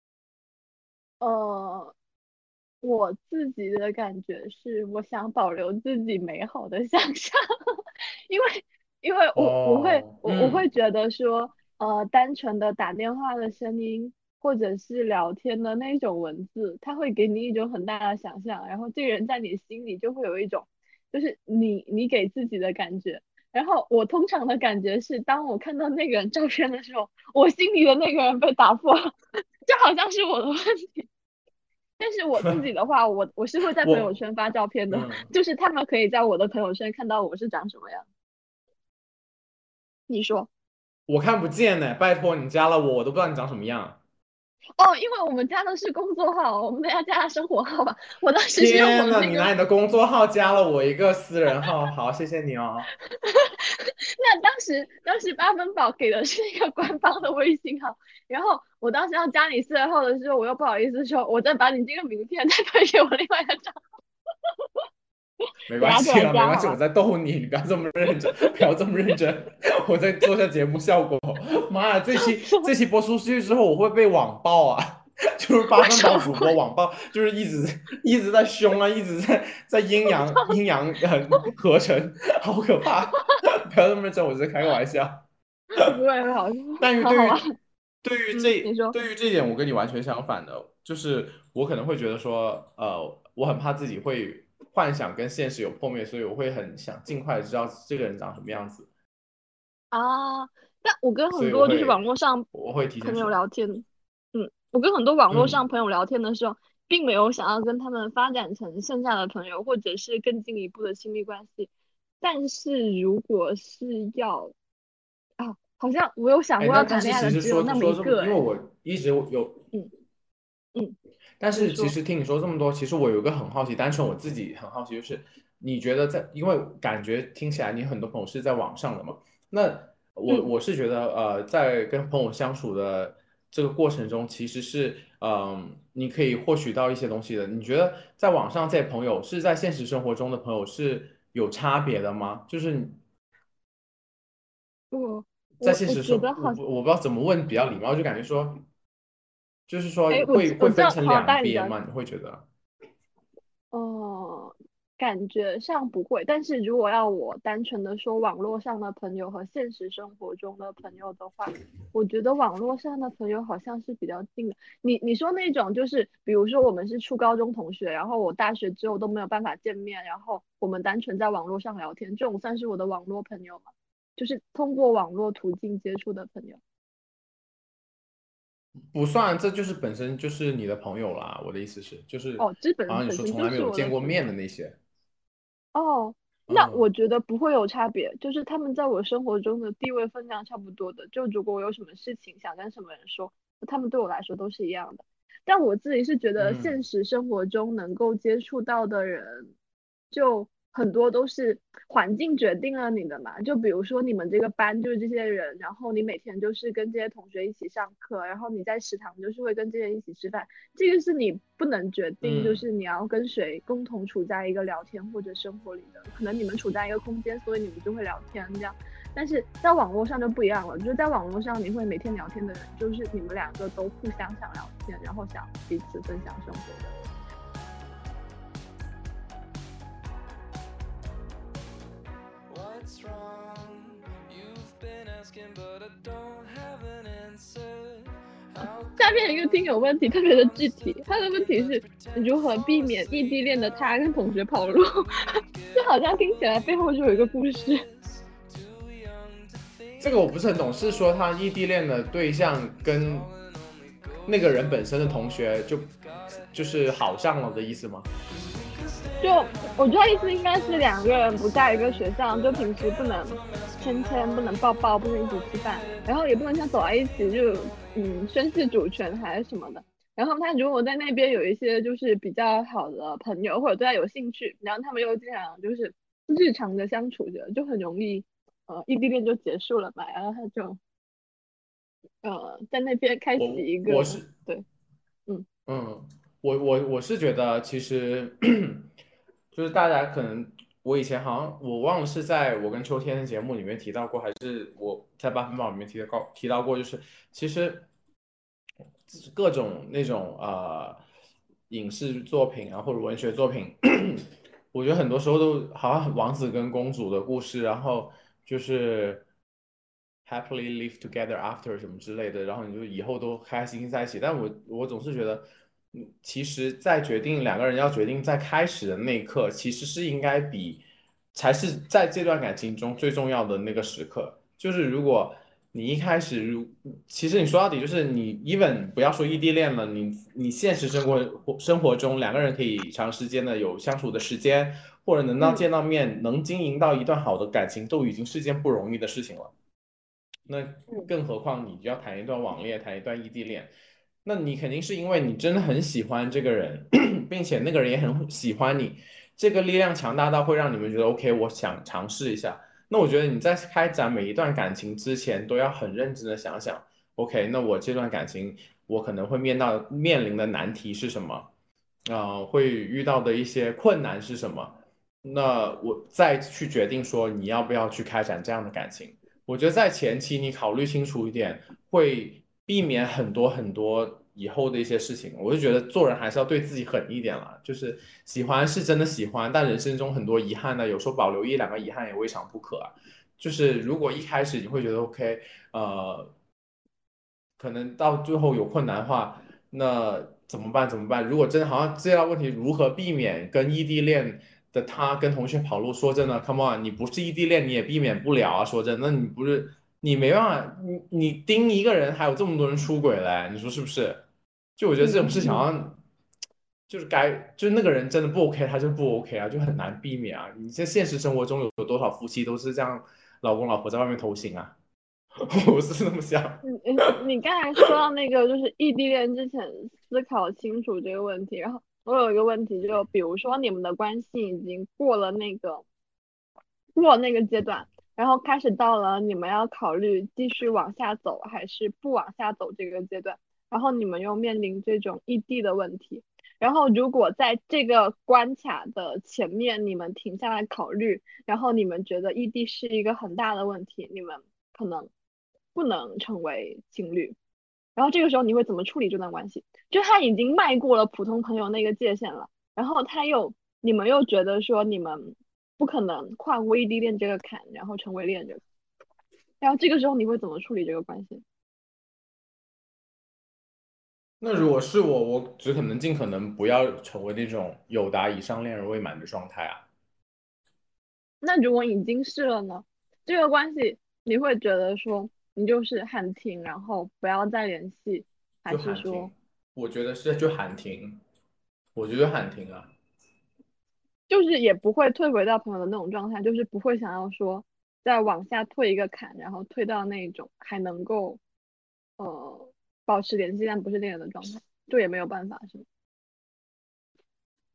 S2: 呃，我自己的感觉是，我想保留自己美好的想象，因为因为我我会
S1: 哦，
S2: 我我会
S1: 嗯，
S2: 觉得说，呃，单纯的打电话的声音或者是聊天的那种文字，它会给你一种很大的想象，然后这个人在你心里就会有一种，就是你你给自己的感觉。然后我通常的感觉是，当我看到那个人照片的时候，我心里的那个人被打破了，就好像是我的问题。但是我自己的话，我我是会在朋友
S1: 我
S2: 圈发照片的，
S1: 嗯，
S2: 就是他们可以在我的朋友圈看到我是长什么样。你说？
S1: 我看不见呢，拜托你加了我，我都不知道你长什么样。
S2: 哦，因为我们加的是工作号，我们等下加了生活号吧。我当时是用我
S1: 天呐，
S2: 的那个，
S1: 你拿你的工作号加了我一个私人号，好，谢谢你哦。
S2: 那当时当时八分宝给的是一个官方的微信号，然后我当时要加你私人号的时候，我又不好意思说，我再把你这个名片再推给我另外一个账号，
S1: 没
S2: 等下就来
S1: 关系了，没关系，我
S2: 加好吧？
S1: 在逗你，你不要这么认真，不要这么认真，我在做下节目效果。妈呀，这期这期播出去之后，我会被网暴啊！就是八
S2: 为什
S1: 分饱主播
S2: 么会？
S1: 网暴，就是一直一直在凶啊，一直在在阴阳阴阳呃合成，好可怕！不要这么认真，我是开个玩笑。
S2: 不会很好笑，
S1: 但是
S2: 好好吧？
S1: 对于对于
S2: 嗯，你
S1: 这
S2: 说。
S1: 对于这一点，我跟你完全相反的，就是我可能会觉得说，呃，我很怕自己会幻想跟现实有破灭，所以我会很想尽快地知道这个人长什么样子，
S2: 啊，但我跟
S1: 所
S2: 很多就是
S1: 以我会
S2: 网络上
S1: 我会提前
S2: 朋友
S1: 说，
S2: 聊天，嗯，我跟很多网络上
S1: 嗯，
S2: 朋友聊天的时候，并没有想要跟他们发展成线下的朋友，或者是更进一步的亲密关系。但是如果是要啊，好像我有想
S1: 哎，
S2: 过要
S1: 但但是
S2: 谈恋爱的
S1: 其实说
S2: 只有那么
S1: 说这么，
S2: 一个，哎，
S1: 因为我一直有
S2: 嗯嗯，
S1: 但
S2: 你说，
S1: 是其实听你说这么多，其实我有一个很好奇，单纯我自己很好奇，就是你觉得在，因为感觉听起来你很多朋友是在网上的嘛，那我
S2: 嗯，
S1: 我是觉得呃，在跟朋友相处的这个过程中，其实是嗯、你可以获取到一些东西的。你觉得在网上这些朋友是在现实生活中的朋友是有差别的吗？就是你
S2: 我我我
S1: 在现实生，
S2: 觉得好，
S1: 我不我不知道怎么问比较礼貌，就感觉说，就是说
S2: 哎，我
S1: 会
S2: 知我知道，
S1: 会分成
S2: 好，大概你讲。
S1: 两边吗？你会觉得？
S2: 哦，感觉上不会，但是如果要我单纯的说网络上的朋友和现实生活中的朋友的话，我觉得网络上的朋友好像是比较近的。你你说那种就是，比如说我们是初高中同学，然后我大学之后都没有办法见面，然后我们单纯在网络上聊天，这种算是我的网络朋友吗？就是通过网络途径接触的朋友。
S1: 不算，这就是本身就是你的朋友啦。我的意思是，就是
S2: 哦，这
S1: 好像你
S2: 本本
S1: 说从来没有
S2: 身就是我的
S1: 见过面的
S2: 朋友。
S1: 那些，
S2: 哦，那
S1: 嗯
S2: 我觉得不会有差别，就是他们在我生活中的地位分量差不多的。就如果我有什么事情想跟什么人说，他们对我来说都是一样的。但我自己是觉得现
S1: 嗯
S2: 实生活中能够接触到的人就很多都是环境决定了你的嘛。就比如说你们这个班就是这些人，然后你每天就是跟这些同学一起上课，然后你在食堂就是会跟这些人一起吃饭，这个是你不能决定，就
S1: 嗯
S2: 是你要跟谁共同处在一个聊天或者生活里的，可能你们处在一个空间，所以你们就会聊天这样。但是在网络上就不一样了，就是在网络上你会每天聊天的人，就是你们两个都互相想聊天，然后想彼此分享生活的人。
S3: What's wrong? You've been asking, but I don't have an answer. How
S2: 下面一个听友问题特别的具体，他的问题是如何避免异地恋的他跟同学跑路，这好像听起来背后就有一个故事。
S1: 这个我不是很懂，是说他异地恋的对象跟那个人本身的同学就就是好上了的意思吗？
S2: 就我觉得意思应该是两个人不在一个学校，就平时不能牵牵，不能抱抱，不能一起吃饭，然后也不能像走在一起就嗯宣誓主权还是什么的。然后他如果在那边有一些就是比较好的朋友或者对他有兴趣，然后他们又经常就是日常的相处着，就很容易呃异地恋就结束了嘛。然后他就呃在那边开启
S1: 我
S2: 一个
S1: 我是
S2: 对嗯
S1: 嗯，我我我是觉得其实就是大家可能我以前好像我忘了是在我跟秋天的节目里面提到过，还是我在八分饱里面提到过提到过，就是其实各种那种呃影视作品啊或者文学作品，我觉得很多时候都好像王子跟公主的故事，然后就是 happily live together after 什么之类的，然后你就以后都开开心心在一起。但我我总是觉得，嗯，其实，在决定两个人要决定在开始的那一刻，其实是应该比才是在这段感情中最重要的那个时刻。就是如果你一开始如，其实你说到底就是你 even 不要说异地恋了，你你现实生活生活中两个人可以长时间的有相处的时间，或者能到
S2: 嗯
S1: 见到面，能经营到一段好的感情，都已经是件不容易的事情了。那
S2: 嗯
S1: 更何况你要谈一段网恋，谈一段异地恋，那你肯定是因为你真的很喜欢这个人，并且那个人也很喜欢你，这个力量强大到会让你们觉得 OK，我想尝试一下。那我觉得你在开展每一段感情之前，都要很认真的想想，OK，那我这段感情我可能会面到面临的难题是什么？啊、呃会遇到的一些困难是什么？那我再去决定说你要不要去开展这样的感情。我觉得在前期你考虑清楚一点，会避免很多很多以后的一些事情。我就觉得做人还是要对自己狠一点了，就是喜欢是真的喜欢，但人生中很多遗憾呢，有时候保留一两个遗憾也未尝不可啊。就是如果一开始你会觉得 OK，呃，可能到最后有困难的话，那怎么办？怎么办？如果真的好像这道问题如何避免跟异地恋的他跟同学跑路？说真的，come on，你不是异地恋你也避免不了啊。说真的，那你不是你没办法，你你盯一个人还有这么多人出轨嘞，你说是不是？就我觉得这种事情好
S2: 嗯
S1: 像就是该就是那个人真的不 OK，他就不 OK 啊，就很难避免啊。你在现实生活中有有多少夫妻都是这样，老公老婆在外面偷情啊？我是这么想。
S2: 嗯嗯，你刚才说到那个就是异地恋之前思考清楚这个问题，然后我有一个问题，就比如说你们的关系已经过了那个过了那个阶段，然后开始到了你们要考虑继续往下走还是不往下走这个阶段，然后你们又面临这种异地的问题，然后如果在这个关卡的前面你们停下来考虑，然后你们觉得异地是一个很大的问题，你们可能不能成为情侣。然后这个时候你会怎么处理这段关系？就他已经迈过了普通朋友那个界限了，然后他又你们又觉得说你们不可能跨过异地恋这个坎，然后成为恋人，然后这个时候你会怎么处理这个关系？
S1: 那如果是我，我只可能尽可能不要成为那种有达以上恋人未满的状态啊，
S2: 那如果已经是了呢？这个关系你会觉得说你就是喊停，然后不要再联系，还
S1: 就
S2: 是说
S1: 喊停。我觉得是就喊停，我觉得喊停啊。
S2: 就是也不会退回到朋友的那种状态，就是不会想要说再往下退一个坎，然后退到那种还能够呃保持联系但不是恋人的状态，就也没有办法是吗？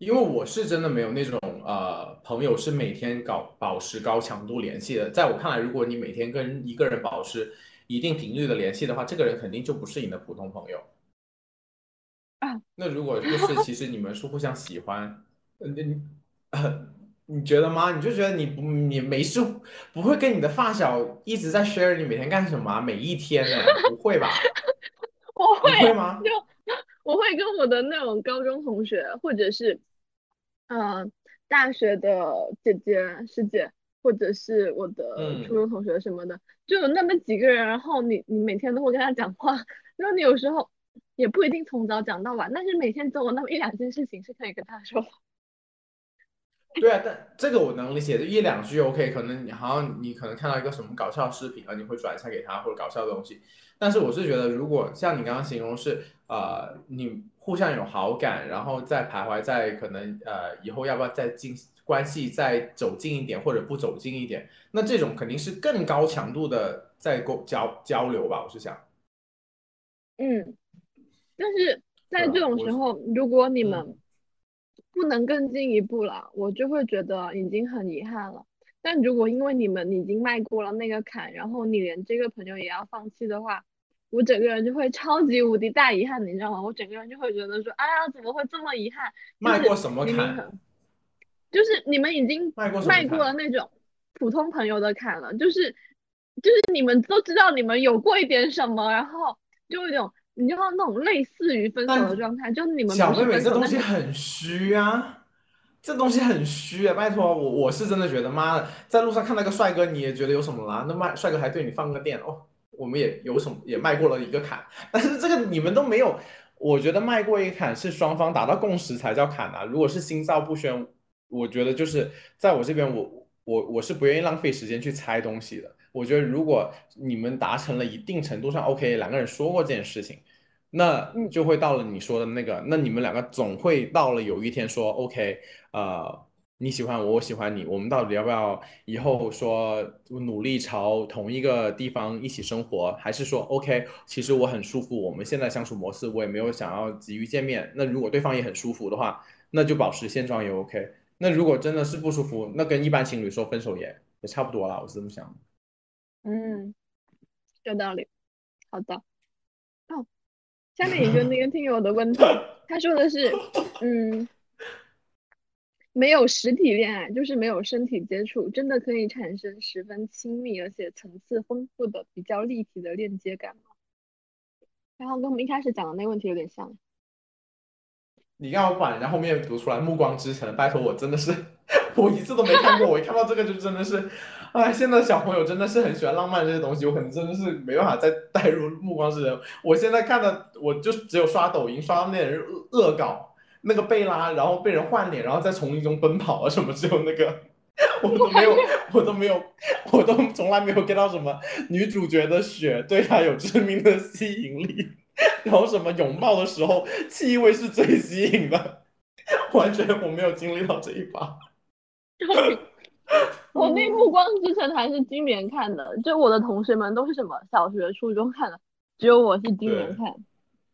S1: 因为我是真的没有那种呃朋友是每天搞保持高强度联系的。在我看来，如果你每天跟一个人保持一定频率的联系的话，这个人肯定就不是你的普通朋友。
S2: 啊。
S1: 那如果就是其实你们是互相喜欢，呃你呃你觉得吗？你就觉得你不你没事不会跟你的发小一直在 share 你每天干什么啊每一天呢？不会吧？
S2: 我会
S1: 你会
S2: 就
S1: 吗？
S2: 我会跟我的那种高中同学，或者是嗯、呃大学的姐姐师姐，或者是我的初
S1: 嗯。
S2: 中同学什么的，就有那么几个人，然后你你每天都会跟他讲话，然后你有时候也不一定从早讲到晚，但是每天总有那么一两件事情是可以跟他说的。
S1: 对啊，但这个我能理解，就一两句 OK，可能你好像你可能看到一个什么搞笑视频啊，你会转一下给他或者搞笑的东西。但是我是觉得，如果像你刚刚形容是呃，你互相有好感，然后再徘徊在可能呃以后要不要再进关系再走近一点或者不走近一点，那这种肯定是更高强度的在沟交交流吧，我是想。
S2: 嗯，但是在这
S1: 对啊，我是
S2: 种时候，如果你
S1: 嗯。
S2: 们不能更进一步了，我就会觉得已经很遗憾了。但如果因为你们已经迈过了那个坎，然后你连这个朋友也要放弃的话，我整个人就会超级无敌大遗憾，你知道吗？我整个人就会觉得说，哎呀，怎么会这么遗憾？就是
S1: 迈过什么坎？
S2: 明明很，就是你们已经
S1: 迈过什么
S2: 迈过了
S1: 坎？
S2: 那种普通朋友的坎了，就是就是你们都知道你们有过一点什么，然后就有一种你知道那种类似于分手的
S1: 但
S2: 状态，就是你们不
S1: 小妹妹这
S2: 是分手，但是
S1: 东西很虚啊，这东西很虚啊！拜托，我我是真的觉得，妈的，在路上看到个帅哥，你也觉得有什么啦？那卖帅哥还对你放个电哦，我们也有什么也迈过了一个坎，但是这个你们都没有，我觉得迈过一个坎是双方达到共识才叫坎啊。如果是心照不宣，我觉得就是在我这边我，我我是不愿意浪费时间去猜东西的。我觉得如果你们达成了一定程度上 OK，两个人说过这件事情。那
S2: 嗯
S1: 就会到了你说的那个，那你们两个总会到了有一天说，OK，呃，你喜欢我，我喜欢你，我们到底要不要以后说努力朝同一个地方一起生活，还是说 OK，其实我很舒服，我们现在相处模式我也没有想要急于见面，那如果对方也很舒服的话，那就保持现状也 OK。那如果真的是不舒服，那跟一般情侣说分手也也差不多啦，我是这么想的。
S2: 嗯，有道理。好的，哦，下面一个那个听友的问题，他说的是，嗯，没有实体恋爱，就是没有身体接触，真的可以产生十分亲密而且层次丰富的比较立体的链接感吗？然后跟我们一开始讲的那个问题有点像。
S1: 你让我把人家后面读出来《暮光之城》，拜托我真的是我一次都没看过，我一看到这个就真的是，哎，现在的小朋友真的是很喜欢浪漫这些东西，我可能真的是没办法再带入《暮光之城》。我现在看的，我就只有刷抖音刷到那人恶搞那个贝拉，然后被人换脸，然后在丛林中奔跑啊什么，只有那个我
S2: 我
S1: 都没有，
S2: 感觉
S1: 我都没有，我都从来没有 get 到什么女主角的血对他有致命的吸引力。然后什么拥抱的时候气味是最吸引的，完全我没有经历到这一把。
S2: 救命！我那《暮光之城》还是今年看的，就我的同学们都是什么小学、初中看的，只有我是今年
S1: 对
S2: 看。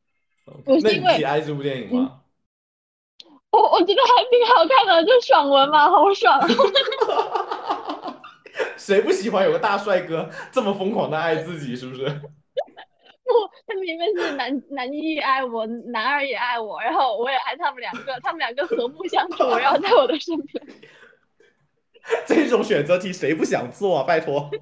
S1: ，OK，那你自己
S2: 我是因为，
S1: 爱这部电影
S2: 嗯，
S1: 吗？
S2: 我我觉得还挺好看的，就爽文嘛，好爽。
S1: 谁不喜欢有个大帅哥这么疯狂的爱自己，是不是？
S2: 不，他们里面是男男一爱我，男二也爱我，然后我也爱他们两个，他们两个和睦相处，围绕在我的身边。
S1: 这种选择题谁不想做啊？拜托。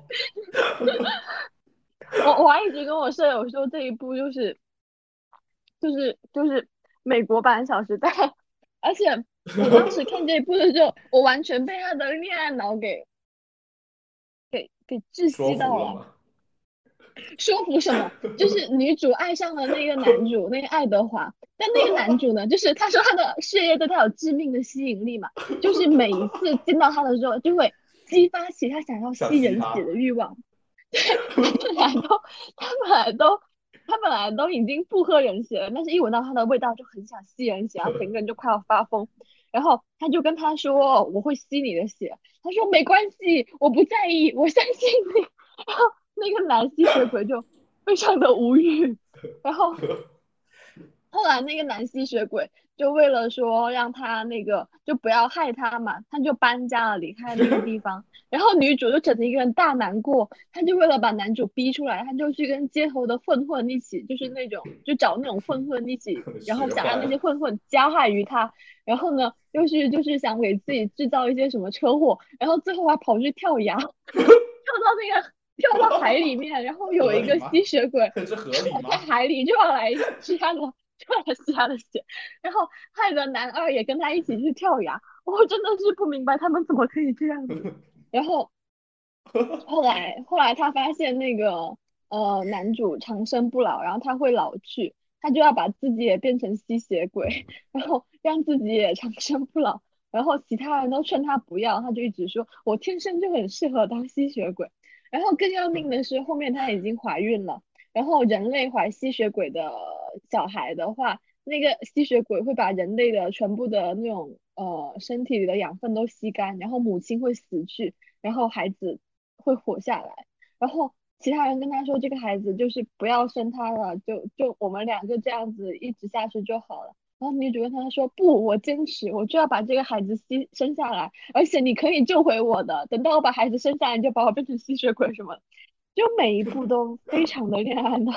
S2: 我我还一直跟我舍友说这一部就是就是就是美国版《小时代》，而且我当时看这一部的时候，我完全被他的恋爱脑给给给窒
S1: 说
S2: 息到了。
S1: 服了吗？
S2: 说服什么？就是女主爱上了那个男主，那个爱德华。但那个男主呢，就是他说他的事业对他有致命的吸引力嘛，就是每一次见到他的时候，就会激发起他想要
S1: 想
S2: 吸人血
S1: 吸他。
S2: 的欲望。他本来都，他本来都，他本来都已经不喝人血了，但是一闻到他的味道就很想吸人血，然后整个人就快要发疯。然后他就跟他说：“我会吸你的血。”他说：“没关系，我不在意，我相信你。”然后那个男吸血鬼就非常的无语，然后后来那个男吸血鬼就为了说让他那个就不要害他嘛，他就搬家了，离开那个地方。然后女主就整的一个人大难过，她就为了把男主逼出来，她就去跟街头的混混一起，就是那种就找那种混混一起，然后
S1: 学坏
S2: 想让那些
S1: 了。
S2: 混混加害于他，然后呢又是就是想给自己制造一些什么车祸，然后最后还跑去跳崖，跳到那个跳到海里面，然后有一个
S1: 合理吗？
S2: 吸血鬼
S1: 这合理
S2: 在
S1: 吗？
S2: 海里就要来吸他的，就要来吸他的血，然后害得男二也跟他一起去跳崖。我真的是不明白他们怎么可以这样子。然后后来后来他发现那个呃男主长生不老，然后他会老去，他就要把自己也变成吸血鬼，然后让自己也长生不老。然后其他人都劝他不要，他就一直说我天生就很适合当吸血鬼。然后更要命的是，后面她已经怀孕了。然后人类怀吸血鬼的小孩的话，那个吸血鬼会把人类的全部的那种呃身体里的养分都吸干，然后母亲会死去，然后孩子会活下来。然后其他人跟他说，这个孩子就是不要生他了，就就我们俩就这样子一直下去就好了。然后女主跟他说：“不，我坚持，我就要把这个孩子吸生下来，而且你可以救回我的。等到我把孩子生下来，你就把我变成吸血鬼什么的。”就每一步都非常的恋爱脑。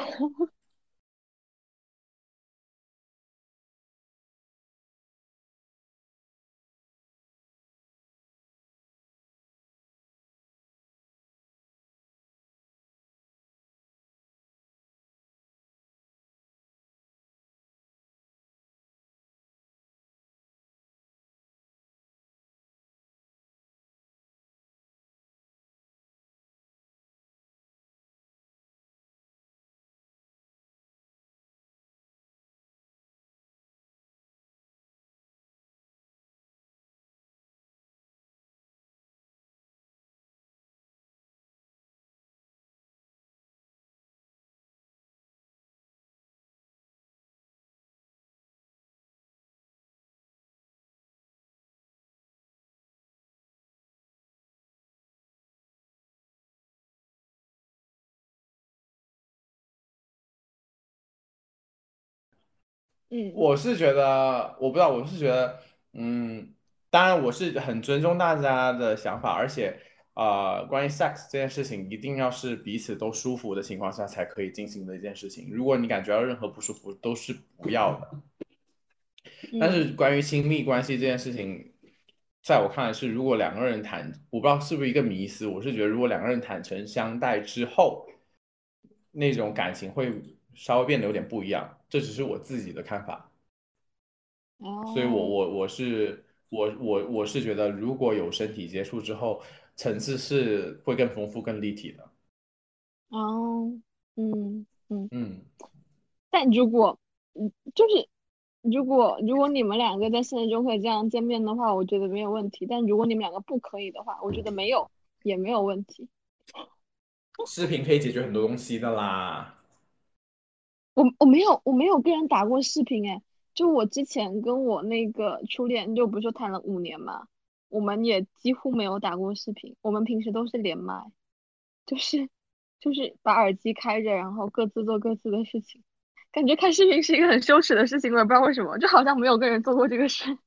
S2: 嗯
S1: 我是觉得，我不知道，我是觉得，嗯，当然我是很尊重大家的想法，而且，呃，关于 sex 这件事情，一定要是彼此都舒服的情况下才可以进行的一件事情。如果你感觉到任何不舒服，都是不要的。但
S2: 嗯
S1: 是关于亲密关系这件事情，在我看来是，如果两个人坦，我不知道是不是一个迷思，我是觉得如果两个人坦诚相待之后，那种感情会稍微变得有点不一样，这只是我自己的看法。所以我
S2: 哦
S1: 我我是我我我是觉得，如果有身体接触之后，层次是会更丰富、更立体的。
S2: 哦嗯嗯，
S1: 嗯，
S2: 但如果嗯就是如果如果你们两个在现实中可以这样见面的话，我觉得没有问题。但如果你们两个不可以的话，我觉得没有也没有问题。
S1: 视频可以解决很多东西的啦。
S2: 我我没有我没有跟人打过视频哎，就我之前跟我那个初恋，就不是说谈了五年嘛，我们也几乎没有打过视频，我们平时都是连麦，就是就是把耳机开着，然后各自做各自的事情，感觉看视频是一个很羞耻的事情，我也不知道为什么，就好像没有跟人做过这个事。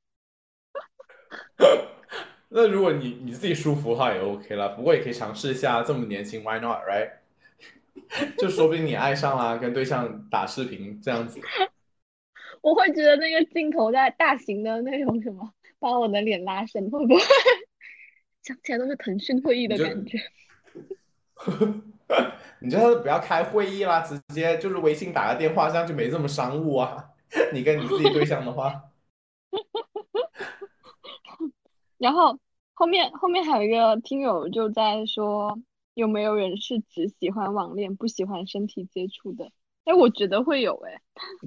S1: 那如果你你自己舒服的话也 OK 了，不过也可以尝试一下，这么年轻，Why not，right？就说不定你爱上啦，跟对象打视频这样子。
S2: 我会觉得那个镜头在大型的那种什么，把我的脸拉伸，会不会想起来都是腾讯会议
S1: 你就
S2: 的感觉？
S1: 你就不要开会议啦，直接就是微信打个电话，这样就没这么商务啊。你跟你自己对象的话，
S2: 然后后面后面还有一个听友就在说，有没有人是只喜欢网恋，不喜欢身体接触的？哎，我觉得会有哎。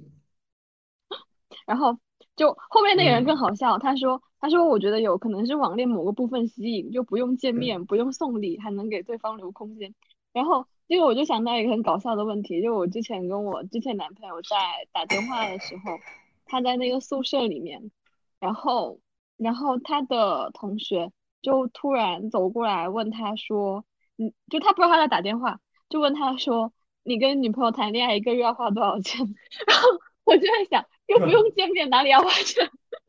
S2: 然后就后面那个人更
S1: 嗯，
S2: 好笑，他说他说我觉得有可能是网恋某个部分吸引，就不用见面，不用送礼，还能给对方留空间。然后这个我就想到一个很搞笑的问题，就我之前跟我之前男朋友在打电话的时候，他在那个宿舍里面，然后然后他的同学就突然走过来问他说，嗯，就他不知道他在打电话，就问他说，你跟女朋友谈恋爱一个月要花多少钱？然后我就在想， 又不用见面，哪里要花钱？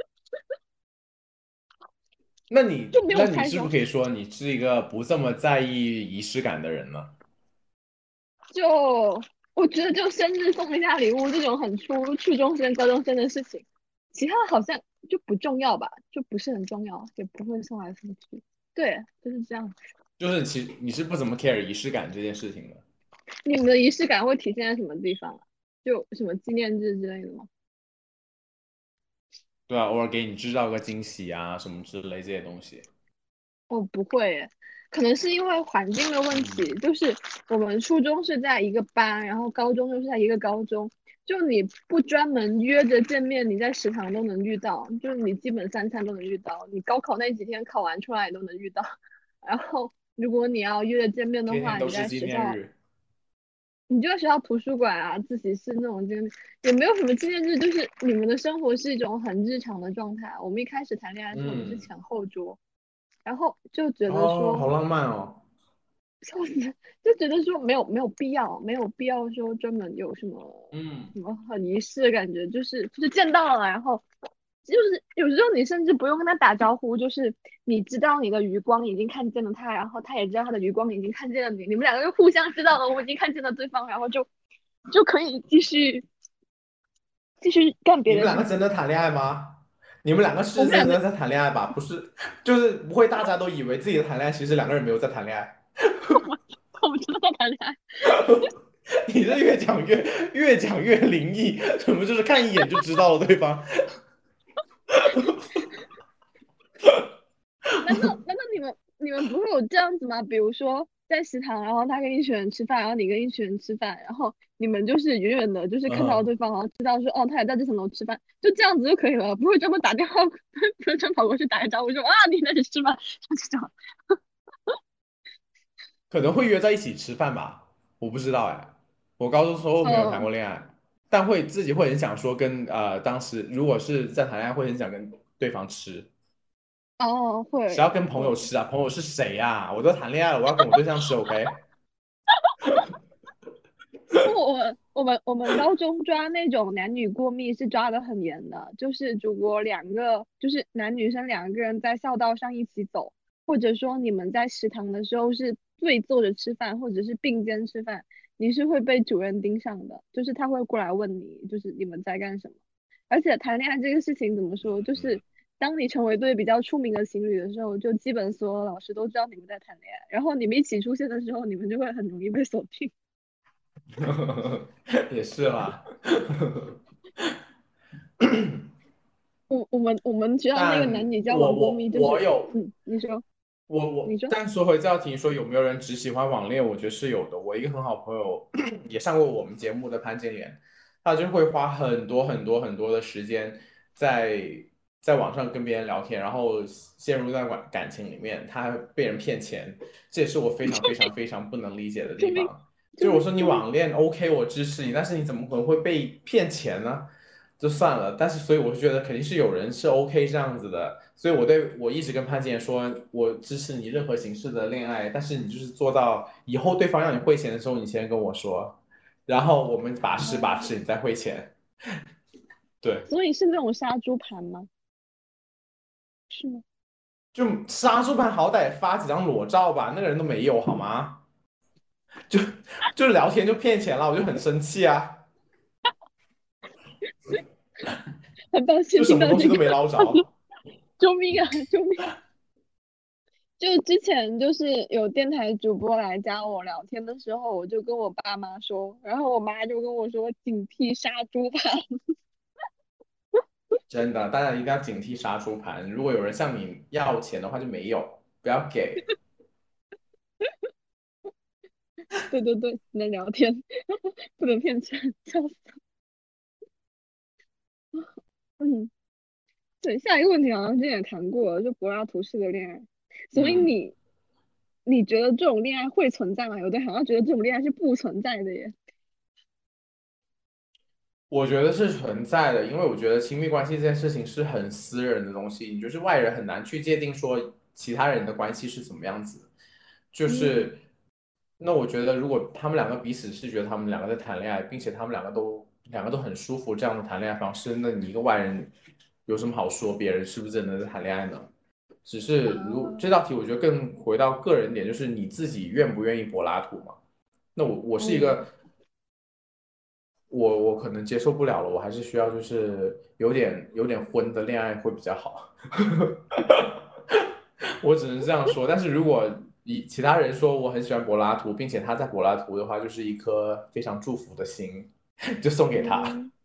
S1: 那你
S2: 就没有
S1: 那你是不
S2: 开销。
S1: 是可以说你是一个不这么在意仪式感的人呢？
S2: 就我觉得就生日送一下礼物这种很初初中生、高中生的事情，其他的好像就不重要吧，就不是很重要，也不会送来送去。对，就是这样。
S1: 就是其实你是不怎么 care 仪式感这件事情的。
S2: 你们的仪式感会体现在什么地方啊？就什么纪念日之类的吗？
S1: 对啊，偶尔给你制造个惊喜啊，什么之类这些东西。
S2: 哦，不会耶，可能是因为环境的问题，
S1: 嗯，
S2: 就是我们初中是在一个班，然后高中又是在一个高中，就你不专门约着见面，你在食堂都能遇到，就是你基本三餐都能遇到，你高考那几天考完出来都能遇到。然后如果你要约着见面的
S1: 天天
S2: 话，你在
S1: 都是纪
S2: 学校，
S1: 念日。
S2: 你就在学校图书馆啊、自习室那种纪念，也没有什么纪念日，就是你们的生活是一种很日常的状态。我们一开始谈恋爱的时候，我们是
S1: 嗯，
S2: 前后桌。然后就觉得
S1: 哦，好
S2: 说，
S1: 浪漫哦。
S2: 笑死，就觉得说没有没有必要，没有必要说专门有什么
S1: 嗯，
S2: 什么很仪式的感觉，就是就是见到了，然后就是有时候你甚至不用跟他打招呼，就是你知道你的余光已经看见了他，然后他也知道他的余光已经看见了你，你们两个就互相知道了，我已经看见了对方，然后就就可以继续继续干别
S1: 你们两个
S2: 的事情。
S1: 真的谈恋爱吗？你们两个
S2: 我们两个
S1: 是真的在谈恋爱吧？不是，就是不会大家都以为自己的谈恋爱，其实两个人没有在谈恋爱。
S2: 我们真的在谈恋爱。
S1: 你这越讲越越讲越灵异，怎么就是看一眼就知道了对方？
S2: 难道难道你们你们不会有这样子吗？比如说在食堂，然后他跟一群人吃饭，然后你跟一群人吃饭，然后你们就是远远的，就是看到
S1: 嗯，
S2: 对方，然后知道说哦，他也在这层楼吃饭，就这样子就可以了，不会专门打电话，不会专门跑过去打个招呼说啊你在这里吃饭，就这种。
S1: 可能会约在一起吃饭吧，我不知道哎。我高中时候没有谈
S2: 嗯，
S1: 过恋爱，但会自己会很想说跟呃当时如果是在谈恋爱，会很想跟对方吃。
S2: 哦，
S1: 谁要
S2: 会
S1: 跟朋友
S2: 会。
S1: 吃啊？朋友是谁呀、我都谈恋爱了，我要跟我对象吃，OK？
S2: 不，我们我们我们高中抓那种男女过密是抓的很严的，就是如果两个就是男女生两个人在校道上一起走，或者说你们在食堂的时候是对坐着吃饭，或者是并肩吃饭，你是会被主任盯上的，就是他会过来问你，就是你们在干什么。而且谈恋爱这个事情怎么说，就是当你成为对比较出名的情侣的时候，就基本所有老师都知道你们在谈恋爱，然后你们一起出现的时候，你们就会很容易被锁定。
S1: 也是啦。
S2: 我我们我们学校那个男
S1: 但
S2: 女交往过
S1: 我我
S2: 密就是，
S1: 我有
S2: 嗯，你说
S1: 我我，
S2: 你说，
S1: 但说回这道题，说有没有人只喜欢网恋？我觉得是有的。我一个很好朋友也上过我们节目的潘金莲，他就会花很多很多很多的时间在在网上跟别人聊天，然后陷入一段感感情里面，他被人骗钱，这也是我非常非常非常不能理解的
S2: 救命
S1: 地方。
S2: 救
S1: 就是我说你
S2: 命救命！
S1: 网恋 OK，我支持你，但是你怎么可能会被骗钱呢？就算了，但是所以我就觉得肯定是有人是 OK 这样子的，所以我对我一直跟潘姐说，我支持你任何形式的恋爱，但是你就是做到以后对方让你汇钱的时候，你先跟我说，然后我们把持把
S2: 哦，
S1: 持，你再汇钱。对，
S2: 所以是那种杀猪盘吗？是吗？
S1: 就杀猪盘好歹发几张裸照吧，那个人都没有好吗？就就聊天就骗钱了，我就很生气啊，
S2: 很抱歉
S1: 就什
S2: 听到这个，
S1: 么东西都没捞着。
S2: 救命啊救命！就之前就是有电台主播来加我聊天的时候，我就跟我爸妈说，然后我妈就跟我说警惕杀猪盘。
S1: 真的，大家一定要警惕杀猪盘。如果有人向你要钱的话，就没有，不要给。
S2: 对对对，能聊天不能骗钱，笑死。嗯，对，下一个问题好像之前也谈过了，就柏拉图式的恋爱。所以
S1: 嗯，
S2: 你你觉得这种恋爱会存在吗？有的好像觉得这种恋爱是不存在的耶。
S1: 我觉得是存在的，因为我觉得亲密关系这件事情是很私人的东西，你就是外人很难去界定说其他人的关系是怎么样子的。就
S2: 嗯
S1: 是，那我觉得如果他们两个彼此是觉得他们两个在谈恋爱，并且他们两个都两个都很舒服这样的谈恋爱方式，那你一个外人有什么好说别人是不是真的在谈恋爱呢？只是如
S2: 啊，
S1: 这道题，我觉得更回到个人点，就是你自己愿不愿意柏拉图嘛？那我我是一
S2: 嗯，
S1: 个，我我可能接受不了了，我还是需要就是有点有点荤的恋爱会比较好。我只能这样说。但是如果以其他人说我很喜欢柏拉图，并且他在柏拉图的话，就是一颗非常祝福的心，就送给他。
S2: 嗯，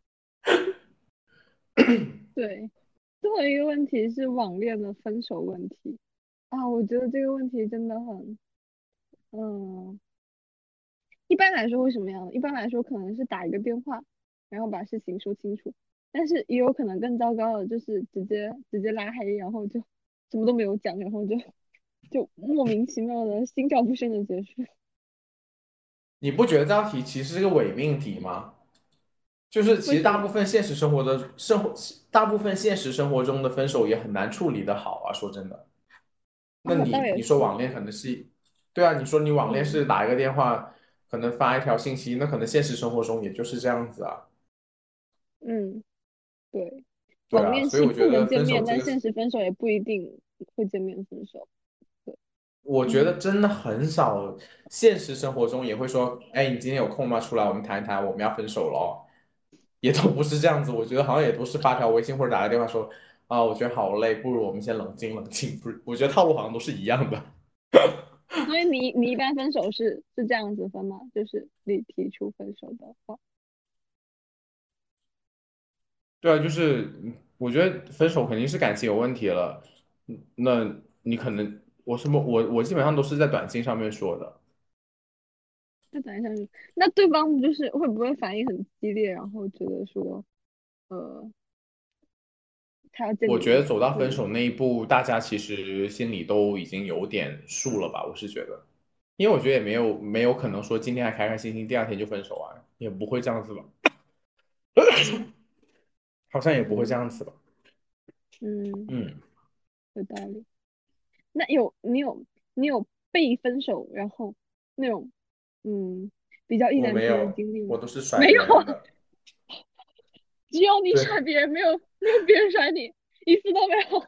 S2: 对，最后一个问题是网恋的分手问题啊，我觉得这个问题真的很，嗯，一般来说会什么样的？一般来说可能是打一个电话，然后把事情说清楚，但是也有可能更糟糕的，就是直接直接拉黑，然后就什么都没有讲，然后就就莫名其妙的心照不宣的结束。
S1: 你不觉得这道题其实是个伪命题吗？就是其实大
S2: 为什么？
S1: 部分现实生活的生活，大部分现实生活中的分手也很难处理的好啊。说真的，那
S2: 啊，倒
S1: 你你说
S2: 也是，
S1: 网恋可能是，对啊，你说你网恋
S2: 嗯
S1: 是打一个电话，可能发一条信息，那可能现实生活中也就是这样子啊。
S2: 嗯，对，
S1: 对啊，
S2: 网恋
S1: 所以我觉
S2: 是不能
S1: 得分手
S2: 见面，
S1: 这个是，
S2: 但现实分手也不一定会见面分手。对，
S1: 我觉得
S2: 嗯，
S1: 真的很少，现实生活中也会说，哎，你今天有空吗？出来我们谈一谈，我们要分手了哦。也都不是这样子，我觉得好像也都是发条微信或者打个电话说啊，我觉得好累，不如我们先冷静冷静。不是，我觉得套路好像都是一样的。
S2: 所以你你一般分手是是这样子分吗？就是你提出分手的话，
S1: 对啊，就是嗯我觉得分手肯定是感情有问题了，嗯那你可能我什么我我基本上都是在短信上面说的。
S2: 那等一下是，那对方就是会不会反应很激烈，然后觉得说，呃，他要见
S1: 我
S2: 你面，
S1: 觉得走到分
S2: 嗯，
S1: 手那一步，大家其实心里都已经有点数了吧，我是觉得，因为我觉得也没有没有可能说今天还开开心心，第二天就分手啊，也不会这样子吧，好像也不会这样
S2: 嗯
S1: 子吧。
S2: 嗯，
S1: 嗯，
S2: 有道理。那有你有你有被分手，然后那种嗯比较意
S1: 我
S2: 难平的
S1: 没有，
S2: 经历吗？
S1: 我都是甩
S2: 没有啊，
S1: 别人的。
S2: 只有你甩
S1: 对，
S2: 别人，没有没有别人甩你，一次都没有。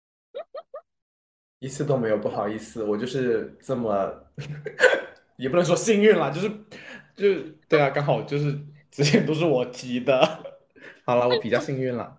S1: 一次都没有，不好意思，我就是这么，也不能说幸运啦，就是就对啊，刚好就是之前都是我提的。好了，我比较幸运了。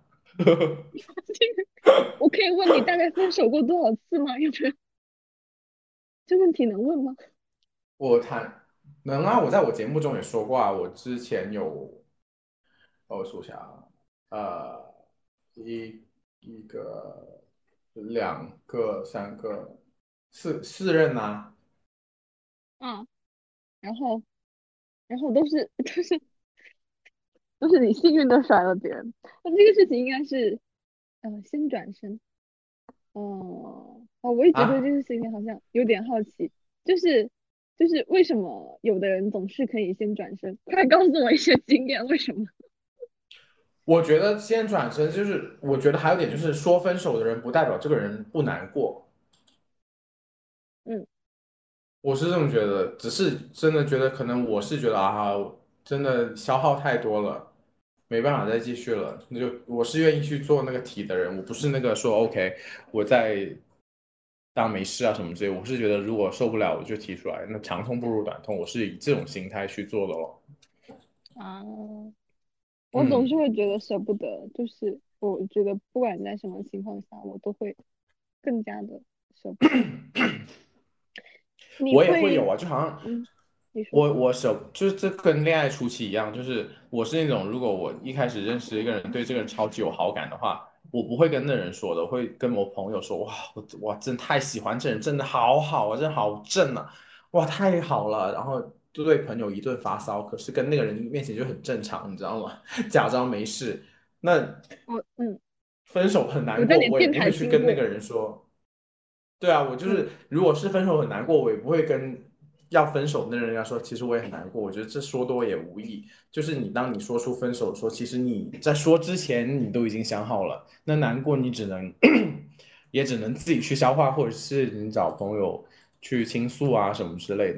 S2: 我可以问你大概分手过多少次吗？要不然这问题能问吗？
S1: 我谈能啊，我在我节目中也说过啊，我之前有，哦我数一下啊，呃，一一个、两个、三个、四四任呐、
S2: 嗯，然后然后都是都是都是你幸运的甩了别人。那这个事情应该是呃先转身。哦，哦，我一直对这
S1: 啊，
S2: 个事情好像有点好奇，就是就是为什么有的人总是可以先转身？快告诉我一些经验，为什么？
S1: 我觉得先转身就是，我觉得还有点就是说分手的人不代表这个人不难过，
S2: 嗯，
S1: 我是这么觉得，只是真的觉得可能我是觉得啊，真的消耗太多了，没办法再继续了。那就我是愿意去做那个题的人，我不是那个说 OK 我在当没事啊什么之类。我是觉得如果受不了我就提出来，那长痛不如短痛，我是以这种心态去做的咯。
S2: 啊，我总是
S1: 嗯，
S2: 会觉得舍不得，就是我觉得不管在什么情况下，我都会更加的舍不得。你
S1: 我也会
S2: 会，
S1: 有啊，就好像
S2: 嗯，你说，
S1: 我我手就是这跟恋爱初期一样，就是我是那种如果我一开始认识一个人，对这个人超级有好感的话，我不会跟那人说的，我会跟我朋友说，哇，我哇真太喜欢这人，真的好好啊，真的好正啊，哇太好了，然后就对朋友一顿发骚，可是跟那个人面前就很正常，你知道吗？假装没事。那
S2: 我，嗯，
S1: 分手很难
S2: 有在
S1: 过，
S2: 你电台
S1: 我也不会去
S2: 听过，
S1: 跟那个人说。对啊，我就
S2: 嗯
S1: 是，如果是分手很难过，我也不会跟要分手的那人家说，其实我也很难过。我觉得这说多也无益。就是你当你说出分手的时候，其实你在说之前你都已经想好了，那难过你只能也只能自己去消化，或者是你找朋友去倾诉啊什么之类的。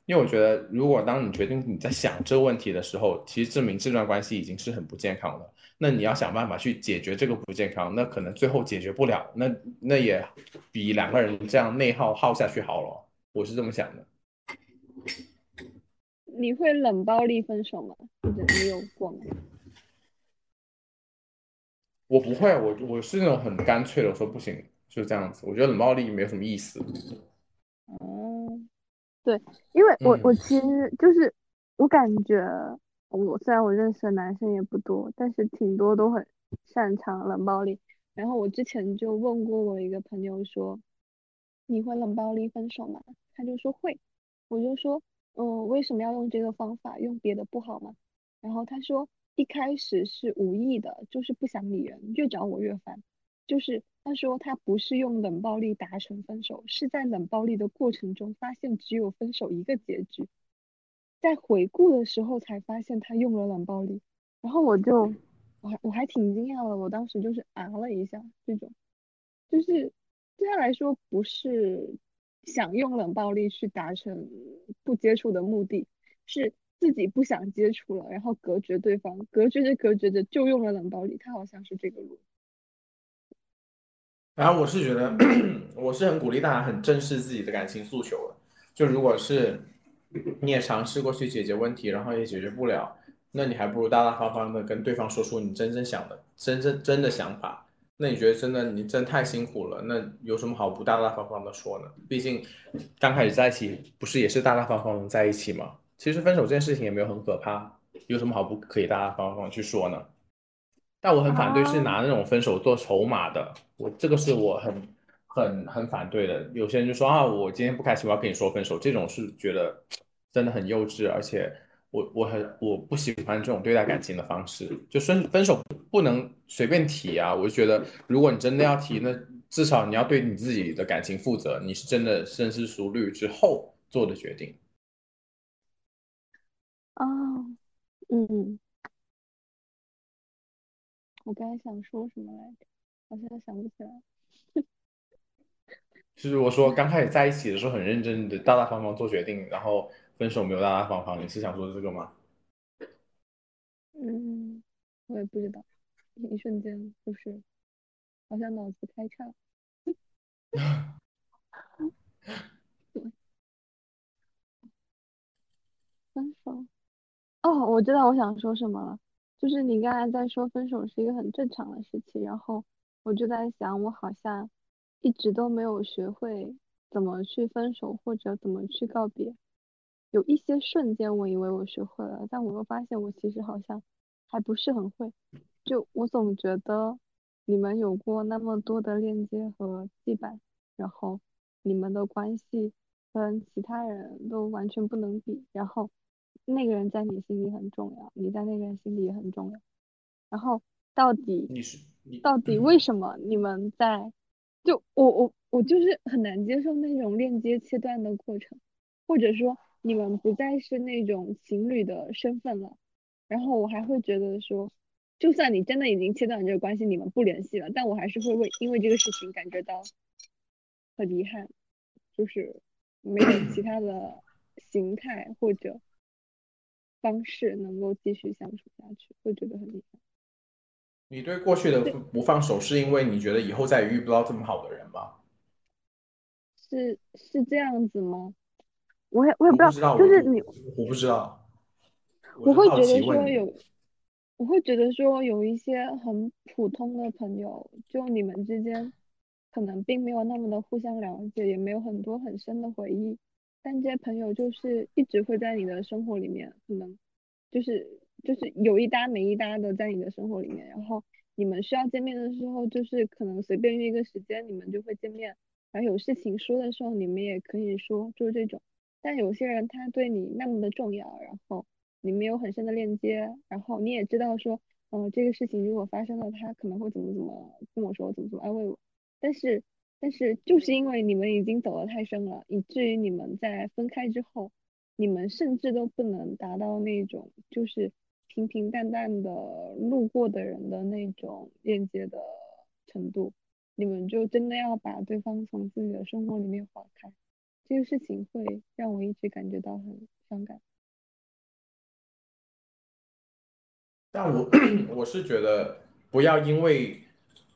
S1: 因为我觉得，如果当你决定你在想这个问题的时候，其实证明这段关系已经是很不健康了。那你要想办法去解决这个不健康，那可能最后解决不了，那那也比两个人这样内耗耗下去好了。我是这么想的。
S2: 你会冷暴力分手吗？或者你有过吗？
S1: 我不会，我我是那种很干脆的，我说不行，就这样子。我觉得冷暴力没有什么意思。
S2: 哦，对，因为我我
S1: 嗯，
S2: 其实就是我感觉我虽然我认识的男生也不多，但是挺多都很擅长冷暴力。然后我之前就问过我一个朋友说，你会冷暴力分手吗？他就说会，我就说，嗯，为什么要用这个方法？用别的不好吗？然后他说，一开始是无意的，就是不想理人，越找我越烦。就是他说他不是用冷暴力达成分手，是在冷暴力的过程中发现只有分手一个结局，在回顾的时候才发现他用了冷暴力，然后我就我还我还挺惊讶的，我当时就是啊了一下，这种就是对他来说不是想用冷暴力去达成不接触的目的，是自己不想接触了，然后隔绝对方，隔绝着隔绝着就用了冷暴力，他好像是这个路。
S1: 然后我是觉得，
S2: 嗯
S1: 我是很鼓励大家很正视自己的感情诉求的。就如果是你也尝试过去解决问题，然后也解决不了，那你还不如大大方方的跟对方说出你真正想的、真正真的想法。那你觉得真的你真太辛苦了，那有什么好不大大方方的说呢？毕竟刚开始在一起，不是也是大大方方的在一起吗？其实分手这件事情也没有很可怕，有什么好不可以大大方方地去说呢？但我很反对是
S2: 啊，
S1: 拿那种分手做筹码的，我这个是我很很很反对的。有些人就说啊，我今天不开心，我要跟你说分手，这种是觉得真的很幼稚，而且我我很我不喜欢这种对待感情的方式。就分分手不能随便提啊，我就觉得如果你真的要提，那至少你要对你自己的感情负责，你是真的深思熟虑之后做的决定。
S2: 哦，嗯，我刚才想说什么来着？好像想不起来。
S1: 就是我说刚开始在一起的时候很认真的大大方方做决定，然后分手没有大大方方，你是想说这个吗？
S2: 嗯，我也不知道，一瞬间就是好像脑子开窍。对，分手。哦，我知道我想说什么了，就是你刚才在说分手是一个很正常的事情，然后我就在想，我好像一直都没有学会怎么去分手或者怎么去告别。有一些瞬间我以为我学会了，但我又发现我其实好像还不是很会。就我总觉得你们有过那么多的链接和羁绊，然后你们的关系跟其他人都完全不能比，然后那个人在你心里很重要，你在那个人心里也很重要。然后到底
S1: 你是你，
S2: 到底为什么你们在就我我我就是很难接受那种链接切断的过程，或者说你们不再是那种情侣的身份了，然后我还会觉得说，就算你真的已经切断了这个关系，你们不联系了，但我还是会为因为这个事情感觉到很遗憾，就是没有其他的形态或者方式能够继续相处下去，会觉得很遗憾。
S1: 你对过去的
S2: 对，
S1: 不放手，是因为你觉得以后再也遇不到这么好的人吗？
S2: 是是这样子吗？我也我也不知道，
S1: 我不知道，我
S2: 就是你，
S1: 我不知道，我
S2: 我
S1: 是好
S2: 会觉得
S1: 奇问你。
S2: 说有，我会觉得说有一些很普通的朋友，就你们之间可能并没有那么的互相了解，也没有很多很深的回忆，但这些朋友就是一直会在你的生活里面，可能就是就是有一搭没一搭的在你的生活里面，然后你们需要见面的时候，就是可能随便约一个时间，你们就会见面，然后有事情说的时候，你们也可以说，就是这种。但有些人他对你那么的重要，然后你们有很深的链接，然后你也知道说，呃，这个事情如果发生了，他可能会怎么怎么跟我说，怎么怎么安慰我。但是，但是就是因为你们已经走得太深了，以至于你们在分开之后，你们甚至都不能达到那种就是平平淡淡的路过的人的那种链接的程度，你们就真的要把对方从自己的生活里面划开。 这个事情会让我一直感觉到很伤感。
S1: 但我我是觉得不要因为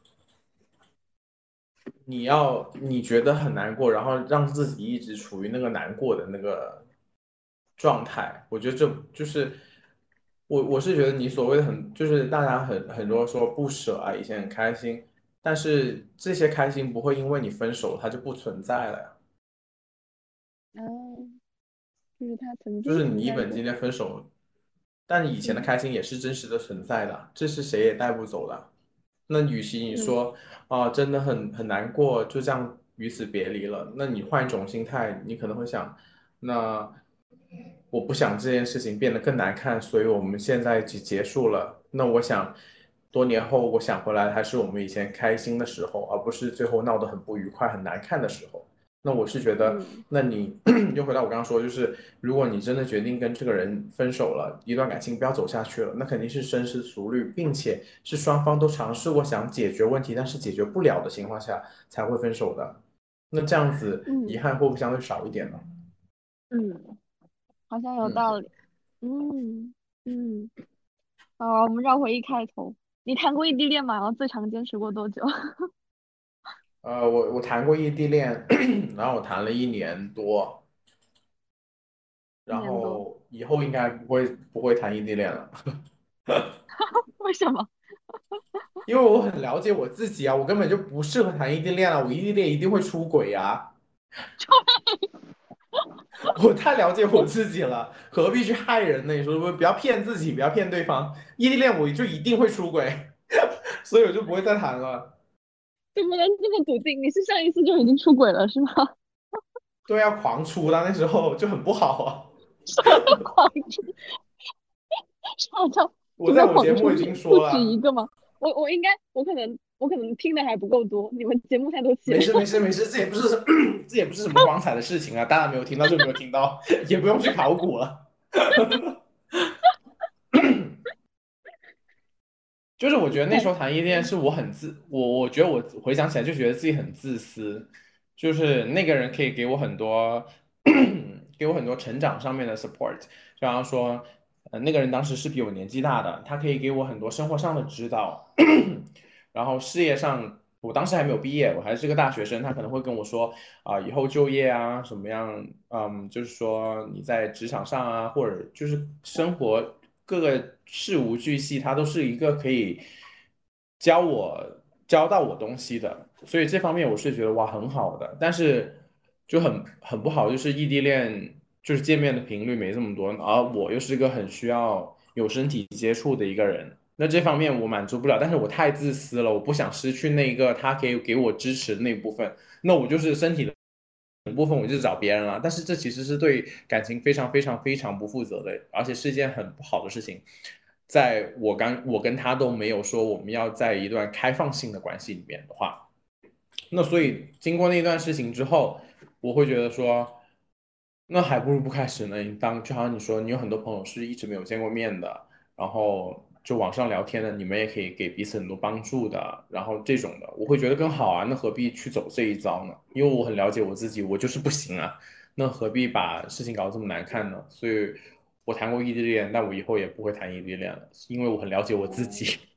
S1: 你要你觉得很难过，然后让自己一直处于那个难过的那个状态。我觉得这就是我我是觉得你所谓的很就是大家很很多说不舍啊，以前很开心，但是这些开心不会因为你分手它就不存在了呀。
S2: 啊，就是他曾经
S1: 就是你一
S2: 存在过。
S1: 本今天分手，但以前的
S2: 嗯
S1: 开心也是真实的存在的，这是谁也带不走的。那与其你
S2: 嗯
S1: 说啊、真的很很难过，就这样与此别离了，那你换一种心态，你可能会想，那我不想这件事情变得更难看，所以我们现在就结束了。那我想，多年后我想回来，还是我们以前开心的时候，而不是最后闹得很不愉快、很难看的时候。那我是觉得，
S2: 嗯
S1: 那你又回到我刚刚说，就是如果你真的决定跟这个人分手了，一段感情不要走下去了，那肯定是深思熟虑，并且是双方都尝试过想解决问题，但是解决不了的情况下才会分手的。那这样子遗
S2: 嗯
S1: 憾会不会相对少一点呢？
S2: 嗯，好像有道
S1: 嗯。
S2: 理。嗯嗯，好，我们绕回一开头，你谈过异地恋吗？然后最长坚持过多久？
S1: 呃，我我谈过异地恋，然后我谈了一年多，
S2: 一
S1: 然
S2: 年多。
S1: 后以后应该不会不会谈异地恋了，
S2: 为什么？
S1: 因为我很了解我自己啊，我根本就不适合谈异地恋啊，我异地恋一定会出轨啊，我太了解我自己了，何必去害人呢？你说不不要骗自己，不要骗对方，异地恋我就一定会出轨，所以我就不会再谈了。
S2: 怎么能这么笃定？你是上一次就已经出轨了是吗？
S1: 对啊，狂出的那时候就很不好啊，
S2: 什么叫狂出？什么叫什么
S1: 我在我节
S2: 叫狂出？
S1: 目已经
S2: 是不止一
S1: 说了。
S2: 个吗？我我应该我可能我可能听的还不够多，你们节目太多期了。
S1: 没事没事没事，这也不是这也不是什么光彩的事情啊，大家没有听到就没有听到，也不用去考古了。就是我觉得那时候谈异地恋是我很自，我我觉得我回想起来就觉得自己很自私，就是那个人可以给我很多给我很多成长上面的 support，就比方说，呃，那个人当时是比我年纪大的，他可以给我很多生活上的指导，然后事业上，我当时还没有毕业，我还是个大学生，他可能会跟我说啊、以后就业啊，什么样，嗯，就是说你在职场上啊，或者就是生活各个事无巨细，他都是一个可以教我教到我东西的，所以这方面我是觉得哇很好的，但是就很很不好，就是异地恋，就是见面的频率没这么多，而我又是一个很需要有身体接触的一个人。那这方面我满足不了，但是我太自私了，我不想失去那个他可以给我支持的那部分，那我就是身体的部分，我就找别人了。但是这其实是对感情非常非常非常不负责的，而且是一件很不好的事情。在我刚我跟他都没有说我们要在一段开放性的关系里面的话，那所以经过那段事情之后，我会觉得说，那还不如不开始呢。你当就好像你说，你有很多朋友是一直没有见过面的，然后就网上聊天的，你们也可以给彼此很多帮助的，然后这种的，我会觉得更好啊。那何必去走这一招呢？因为我很了解我自己，我就是不行啊。那何必把事情搞得这么难看呢？所以，我谈过异地恋，但我以后也不会谈异地恋了，因为我很了解我自
S2: 哦，
S1: 己。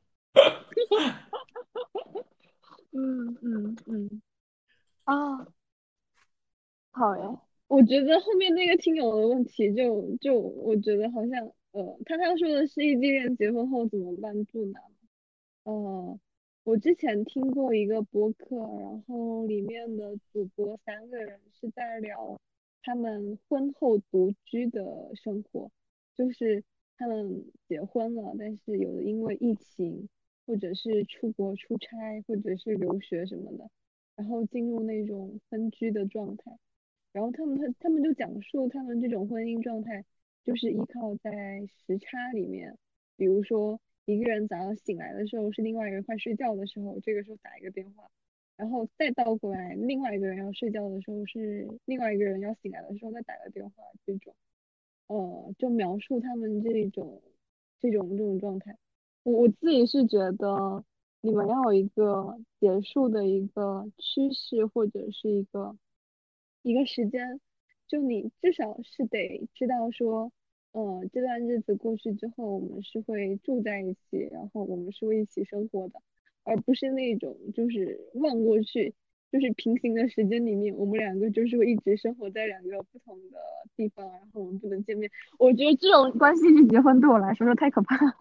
S2: 嗯嗯嗯啊，好呀。我觉得后面那个听友的问题就就我觉得好像呃，他他说的是异地恋结婚后怎么办住男。呃，我之前听过一个播客，然后里面的主播三个人是在聊他们婚后独居的生活，就是他们结婚了，但是有的因为疫情，或者是出国出差，或者是留学什么的，然后进入那种分居的状态。然后他们他他们就讲述他们这种婚姻状态，就是依靠在时差里面，比如说一个人早上醒来的时候是另外一个人快睡觉的时候，这个时候打一个电话，然后再倒过来，另外一个人要睡觉的时候是另外一个人要醒来的时候再打个电话，这种，呃，就描述他们这种这种这种状态。我我自己是觉得你们要有一个结束的一个趋势或者是一个一个时间，就你至少是得知道说，呃，这段日子过去之后，我们是会住在一起，然后我们是会一起生活的，而不是那种就是望过去，就是平行的时间里面，我们两个就是会一直生活在两个不同的地方，然后我们不能见面。我觉得这种关系去结婚对我来说是太可怕了。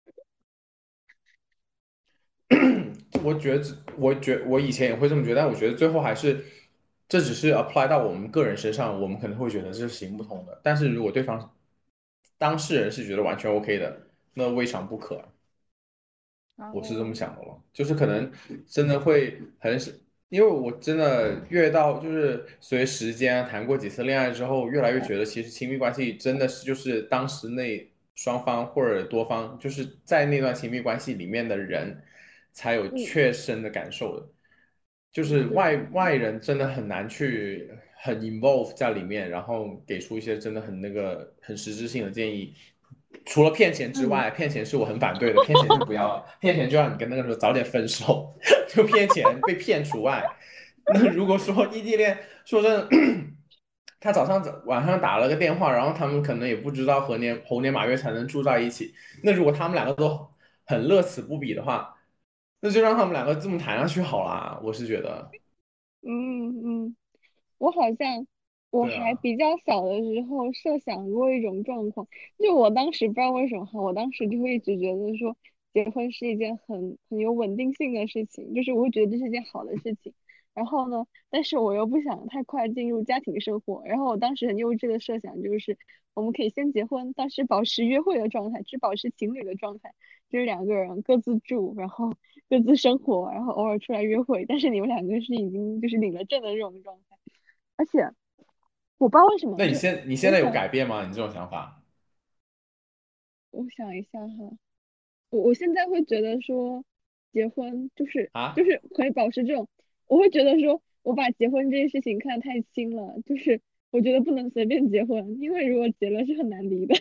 S1: 我觉得这，我觉我以前也会这么觉得，但我觉得最后还是，这只是 apply 到我们个人身上，我们可能会觉得这是行不通的。但是如果对方当事人是觉得完全 OK 的，那未尝不可。我是这么
S2: 然后，
S1: 想的了，就是可能真的会很少，因为我真的越到就是随时间啊谈过几次恋爱之后，越来越觉得其实亲密关系真的是就是当时那双方或者多方就是在那段亲密关系里面的人才有
S2: 嗯，
S1: 切身的感受的，就是外
S2: 对，
S1: 外人真的很难去很 involve 在里面，然后给出一些真的很那个很实质性的建议。除了骗钱之
S2: 嗯，
S1: 外，骗钱是我很反对的，骗钱就不要，骗钱就让你跟那个人早点分手，就骗钱被骗除外。那如果说异地恋，说真的，他早上晚上打了个电话，然后他们可能也不知道何年猴年马月才能住在一起。那如果他们两个都很乐此不疲的话，那就让他们两个这么谈下去好啦。我是觉得，
S2: 嗯嗯。我好像我
S1: 对啊，
S2: 还比较小的时候设想过一种状况，就我当时不知道为什么哈，我当时就会一直觉得说结婚是一件很很有稳定性的事情，就是我会觉得这是一件好的事情。然后呢，但是我又不想太快进入家庭生活，然后我当时很幼稚的设想就是我们可以先结婚，但是保持约会的状态，只保持情侣的状态，就是两个人各自住，然后各自生活，然后偶尔出来约会，但是你们两个是已经就是领了证的这种状态。而且我不知道为什么，
S1: 那你
S2: 就
S1: 现你现在有
S2: 我想
S1: 改变吗？你这种想法
S2: 我想一下哈，我我现在会觉得说，结婚就是就
S1: 啊？
S2: 是可以保持这种，我会觉得说我把结婚这件事情看得太轻了，就是我觉得不能随便结婚，因为如果结了是很难离的。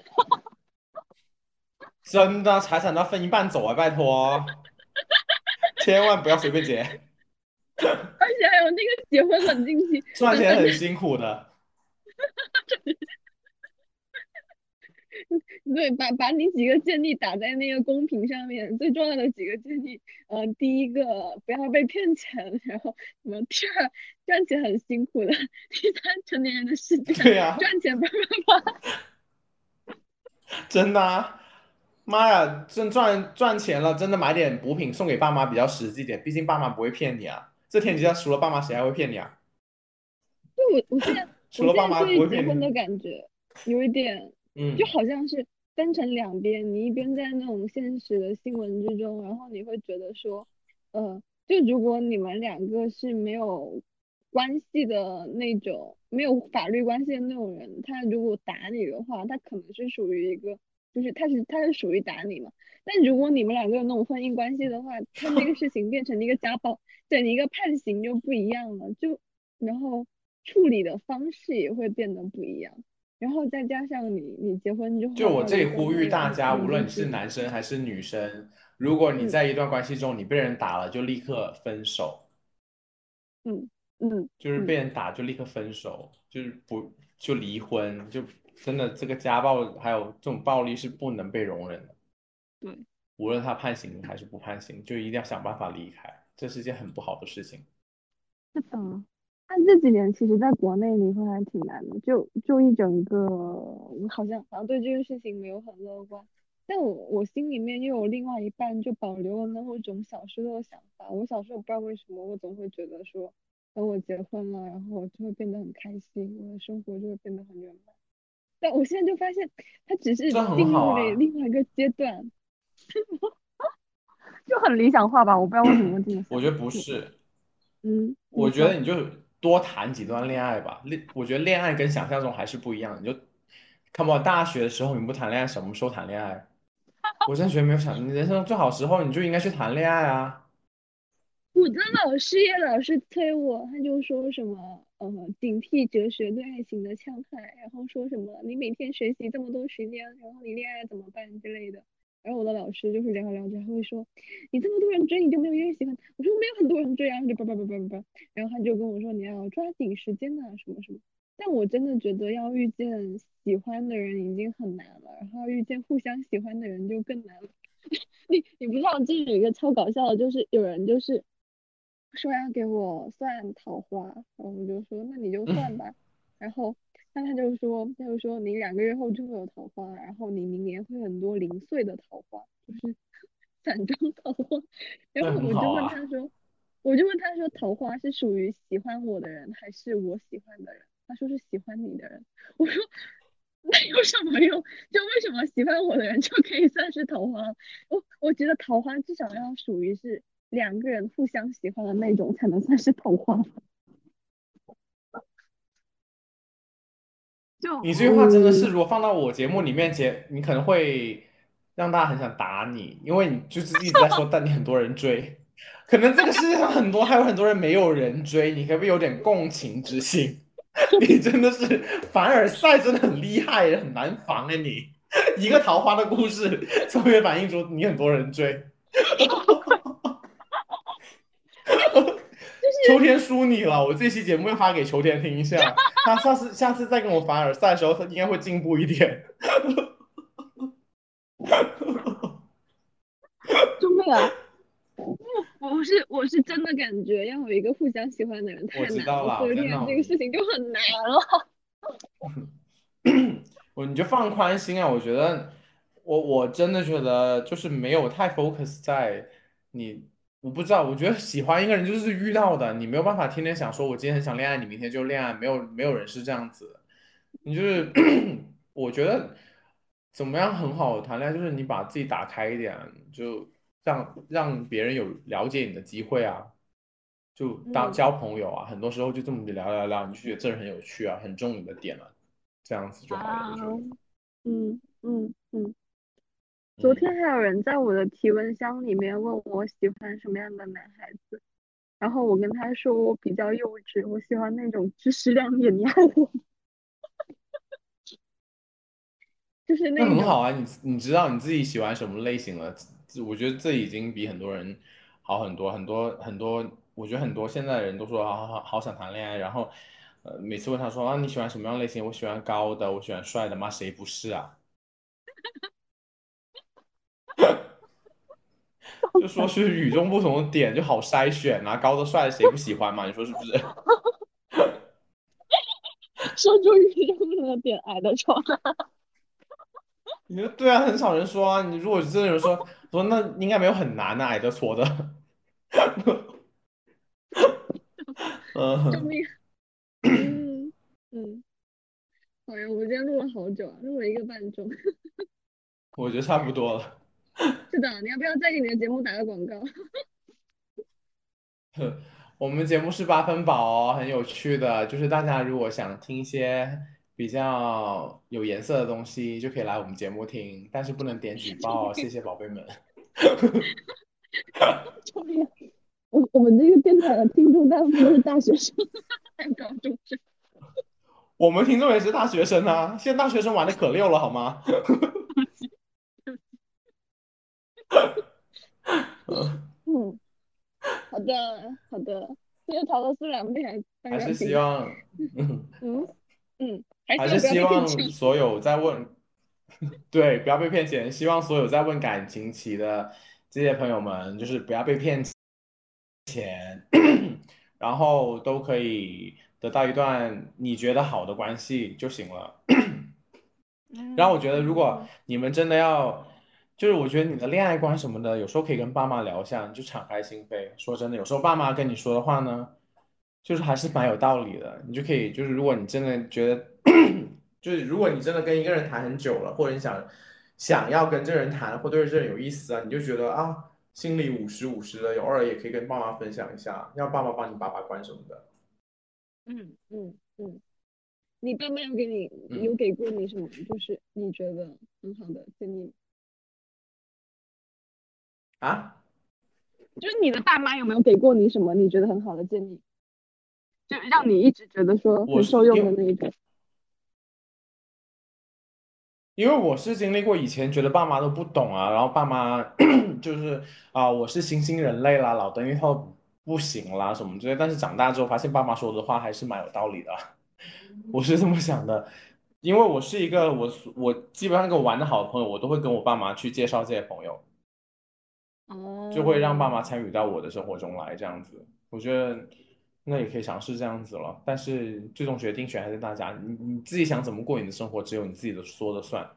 S1: 真的，财产都要分一半走啊，拜托，千万不要随便结，
S2: 而且还有那个结婚冷静期，
S1: 赚
S2: 等等，
S1: 钱很辛苦的。
S2: 对，把把你几个建议打在那个公屏上面，最重要的几个建议，嗯、第一个不要被骗钱，然后什么第二赚钱很辛苦的，第三成年人的世界
S1: 对呀、
S2: 赚钱叭叭叭。
S1: 真的啊，妈呀，挣赚赚钱了，真的买点补品送给爸妈比较实际点，毕竟爸妈不会骗你啊。这天底下除了爸妈，谁还会骗你啊？
S2: 就我我现在我现在
S1: 除了爸妈不
S2: 对于结婚的
S1: 会骗你。
S2: 感觉有一点，就
S1: 嗯，
S2: 好像是分成两边，你一边在那种现实的新闻之中，然后你会觉得说，呃，就如果你们两个是没有关系的那种，没有法律关系的那种人，他如果打你的话，他可能是属于一个，就是他是他是属于打你嘛。但如果你们两个有那种婚姻关系的话，他那个事情变成了一个家暴，对你一个判刑就不一样了，就。然后处理的方式也会变得不一样。然后再加上你你结婚之后，
S1: 就我这里
S2: 他离婚，
S1: 呼吁
S2: 他有
S1: 大家，无
S2: 很很多
S1: 论你是
S2: 事情。
S1: 男生还是女生，如果你
S2: 嗯
S1: 在一段关系中你被人打了，就立刻分手，
S2: 嗯嗯
S1: 就是被
S2: 嗯，
S1: 人打就立刻分手，就是不就离婚，就真的这个家暴还有这种暴力是不能被容忍的。
S2: 对，
S1: 无论他判刑还是不判刑，就一定要想办法离开，这是一件很不好的事情。
S2: 是的。但这几年其实在国内离婚还挺难的，就就一整个，我好像好像对这个事情没有很乐观。但我我心里面又有另外一半，就保留了那种小时候的想法。我小时候不知道为什么，我总会觉得说，等我结婚了，然后我就会变得很开心，我的生活就会变得很圆满。但我现在就发现，他只是
S1: 这很
S2: 进入了
S1: 好啊，
S2: 另外一个阶段，就很理想化吧。我不知道为什么会这么想。
S1: 我觉得不
S2: 嗯
S1: 是，
S2: 嗯，你说。
S1: 我觉得你就多谈几段恋爱吧。恋，我觉得恋爱跟想象中还是不一样的。你就看不大学的时候你不谈恋爱，什么时候谈恋爱？我真的觉得没有想，你人生中最好时候你就应该去谈恋爱啊。
S2: 我的老师也老是催我，他就说什么，呃，警惕哲学对爱情的戕害，然后说什么你每天学习这么多时间，然后你恋爱怎么办之类的。然后我的老师就是聊着聊着还会说，你这么多人追你就没有一个人喜欢？我说没有很多多人追啊，就叭叭叭叭叭叭，然后他就跟我说你要抓紧时间啊，什么什么。但我真的觉得要遇见喜欢的人已经很难了，然后要遇见互相喜欢的人就更难了。你你不知道，这有一个超搞笑的，就是有人就是说要给我算桃花，然后我就说那你就算吧，然后那他就说他就说你两个月后就会有桃花，然后你明年会很多零碎的桃花，就是散装桃花，然
S1: 那很
S2: 后我就
S1: 好啊。
S2: 问他说，我就问他说桃花是属于喜欢我的人还是我喜欢的人？他说是喜欢你的人，我说那有什么用？就为什么喜欢我的人就可以算是桃花？我我觉得桃花至少要属于是两个人互相喜欢的那种才能算是桃花。就
S1: 你这句话真的是，
S2: 嗯，
S1: 如果放到我节目里面节，你可能会让大家很想打你，因为你就是一直在说，但你很多人追，可能这个世界上很多还有很多人没有人追，你可不可以有点共情之心？你真的是凡尔赛，真的很厉害，很难防哎你。一个桃花的故事，侧面反映出你很多人追。秋天输你了，我这期节目要发给秋天听一下，他下次下次再跟我凡尔赛的时候，他应该会进步一点。
S2: 救命啊！我是我是真的感觉要有一个互相喜欢的人
S1: 我
S2: 太难了，
S1: 知道了，我在
S2: 所以恋爱
S1: 闹你。
S2: 这个事情就很难了。
S1: 我你就放宽心啊！我觉得，我我真的觉得就是没有太 focus 在你，我不知道，我觉得喜欢一个人就是遇到的，你没有办法天天想说，我今天很想恋爱，你明天就恋爱，没有没有人是这样子的。你就是我觉得怎么样很好谈恋爱，就是你把自己打开一点，就让让别人有了解你的机会啊，就当
S2: 嗯
S1: 交朋友啊，很多时候就这么聊聊聊，你就觉得这人很有趣啊，很中你的点了，这样子就好了，我
S2: 啊，
S1: 觉得。
S2: 嗯嗯嗯。昨天
S1: 嗯。
S2: 还有人在我的提问箱里面问我喜欢什么样的男孩子，然后我跟他说我比较幼稚，我喜欢那种知识亮眼，你爱我，就是
S1: 那
S2: 那种。
S1: 很好啊，你你知道你自己喜欢什么类型了，这我觉得这已经比很多人好很多很多很多。我觉得很多现在的人都说好好好好想谈恋爱，然后呃每次问他说啊你喜欢什么样类型？我喜欢高的，我喜欢帅的，妈谁不是啊？就说是与众不同的点就好筛选啊，高的帅的谁不喜欢嘛？你说是不是？
S2: 说出宇宙的点，矮的丑的。
S1: 你说对啊，很少人说啊。你如果真的有人说说那应该没有很难的、矮的矬的。嗯，
S2: 救命！嗯嗯，好呀，我们今天录了好久啊，录了一个半钟。
S1: 我觉得差不多了。
S2: 是的，你要不要再给你的节目打个广告？
S1: 我们节目是八分饱哦，很有趣的。就是大家如果想听一些比较有颜色的东西，就可以来我们节目听，但是不能点举报哦，谢谢宝贝们。
S2: 救命！我我们这个电台的听众大部分都是大学生，还有高中生。
S1: 我们听众也是大学生啊，现在大学生玩的可溜了，好吗？嗯，
S2: 嗯，好的好的，这个陶乐斯两点大
S1: 还是希
S2: 概挺。
S1: 望，嗯，
S2: 嗯嗯，还
S1: 还是
S2: 是要不要
S1: 希望
S2: 被骗钱？
S1: 所有在问，对，不要被骗钱。希望所有在问感情期的这些朋友们，就是不要被骗钱，然后都可以得到一段你觉得好的关系就行了。然后我
S2: 嗯
S1: 觉得，如果
S2: 嗯
S1: 你们真的要，就是我觉得你的恋爱观什么的，有时候可以跟爸妈聊一下，你就敞开心扉。说真的，有时候爸妈跟你说的话呢，就是还是蛮有道理的。你就可以，就是如果你真的觉得，就是如果你真的跟一个人谈很久了，或者你想想要跟这个人谈，或对这个人有意思啊，你就觉得啊，心里五十五十的，偶尔也可以跟爸妈分享一下，让爸妈帮你把把关什么的。
S2: 嗯嗯嗯，你爸妈有给你有
S1: 嗯
S2: 给过你什么？就是你觉得很好的建议？
S1: 啊。
S2: 就是你的爸妈有没有给过你什么你觉得很好的建议？就让你一直觉得说
S1: 我
S2: 很受用的
S1: 是因为
S2: 那一种。
S1: 因为我是经历过以前觉得爸妈都不懂啊，然后爸妈就是啊、我是新兴人类啦，老登一套不行啦什么之类，但是长大之后发现爸妈说的话还是蛮有道理的，我是这么想的。因为我是一个我我基本上跟我玩的好的朋友，我都会跟我爸妈去介绍这些朋友，就会让爸
S2: 哦，
S1: 妈参与到我的生活中来，这样子，我觉得那也可以尝试这样子了。但是最终决定权还是大家，你你自己想怎么过你的生活，只有你自己的说了算。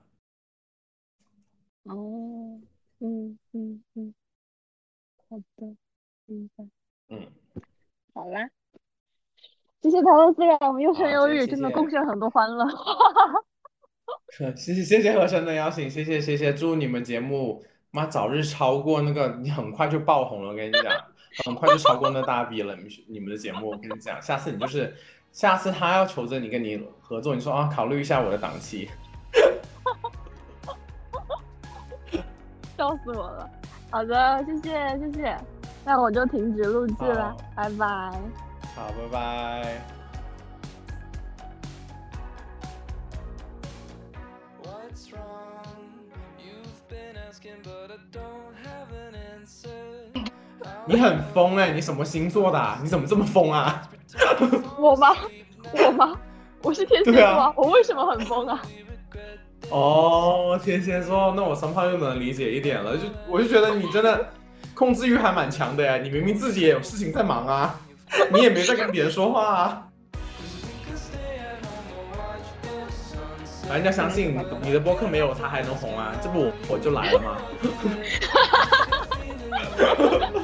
S2: 哦，嗯嗯嗯，好的，明白。
S1: 嗯，
S2: 好啦，谢谢陶乐斯让我们又声
S1: 好，今天
S2: 又育，真的贡
S1: 谢谢，
S2: 献了很多欢乐。
S1: 谢谢谢谢和珅的邀请，谢谢谢谢，祝你们节目妈早日超过那个，你很快就爆红了，我跟你讲，很快就超过那大 B 了，你们你们的节目，我跟你讲，下次你就是下次他要求着你跟你合作，你说啊，考虑一下我的档期。
S2: 笑死我了。好的，谢谢谢谢，那我就停止录制了
S1: 好，
S2: 拜拜。
S1: 好，拜拜。
S3: What's wrong? You've been asking, but I don't have an answer.
S1: 你很疯哎、你什么星座的、啊？你怎么这么疯啊？
S2: 我吗？我吗？我是天蝎座
S1: 对啊
S2: 我为什么很疯啊？
S1: 哦，天蝎座，那我 somehow 又能理解一点了。就我就觉得你真的控制欲还蛮强的呀。你明明自己也有事情在忙啊，你也没在跟别人说话啊。啊，人家相信你你的播客没有他还能红啊，这不我我就来了吗？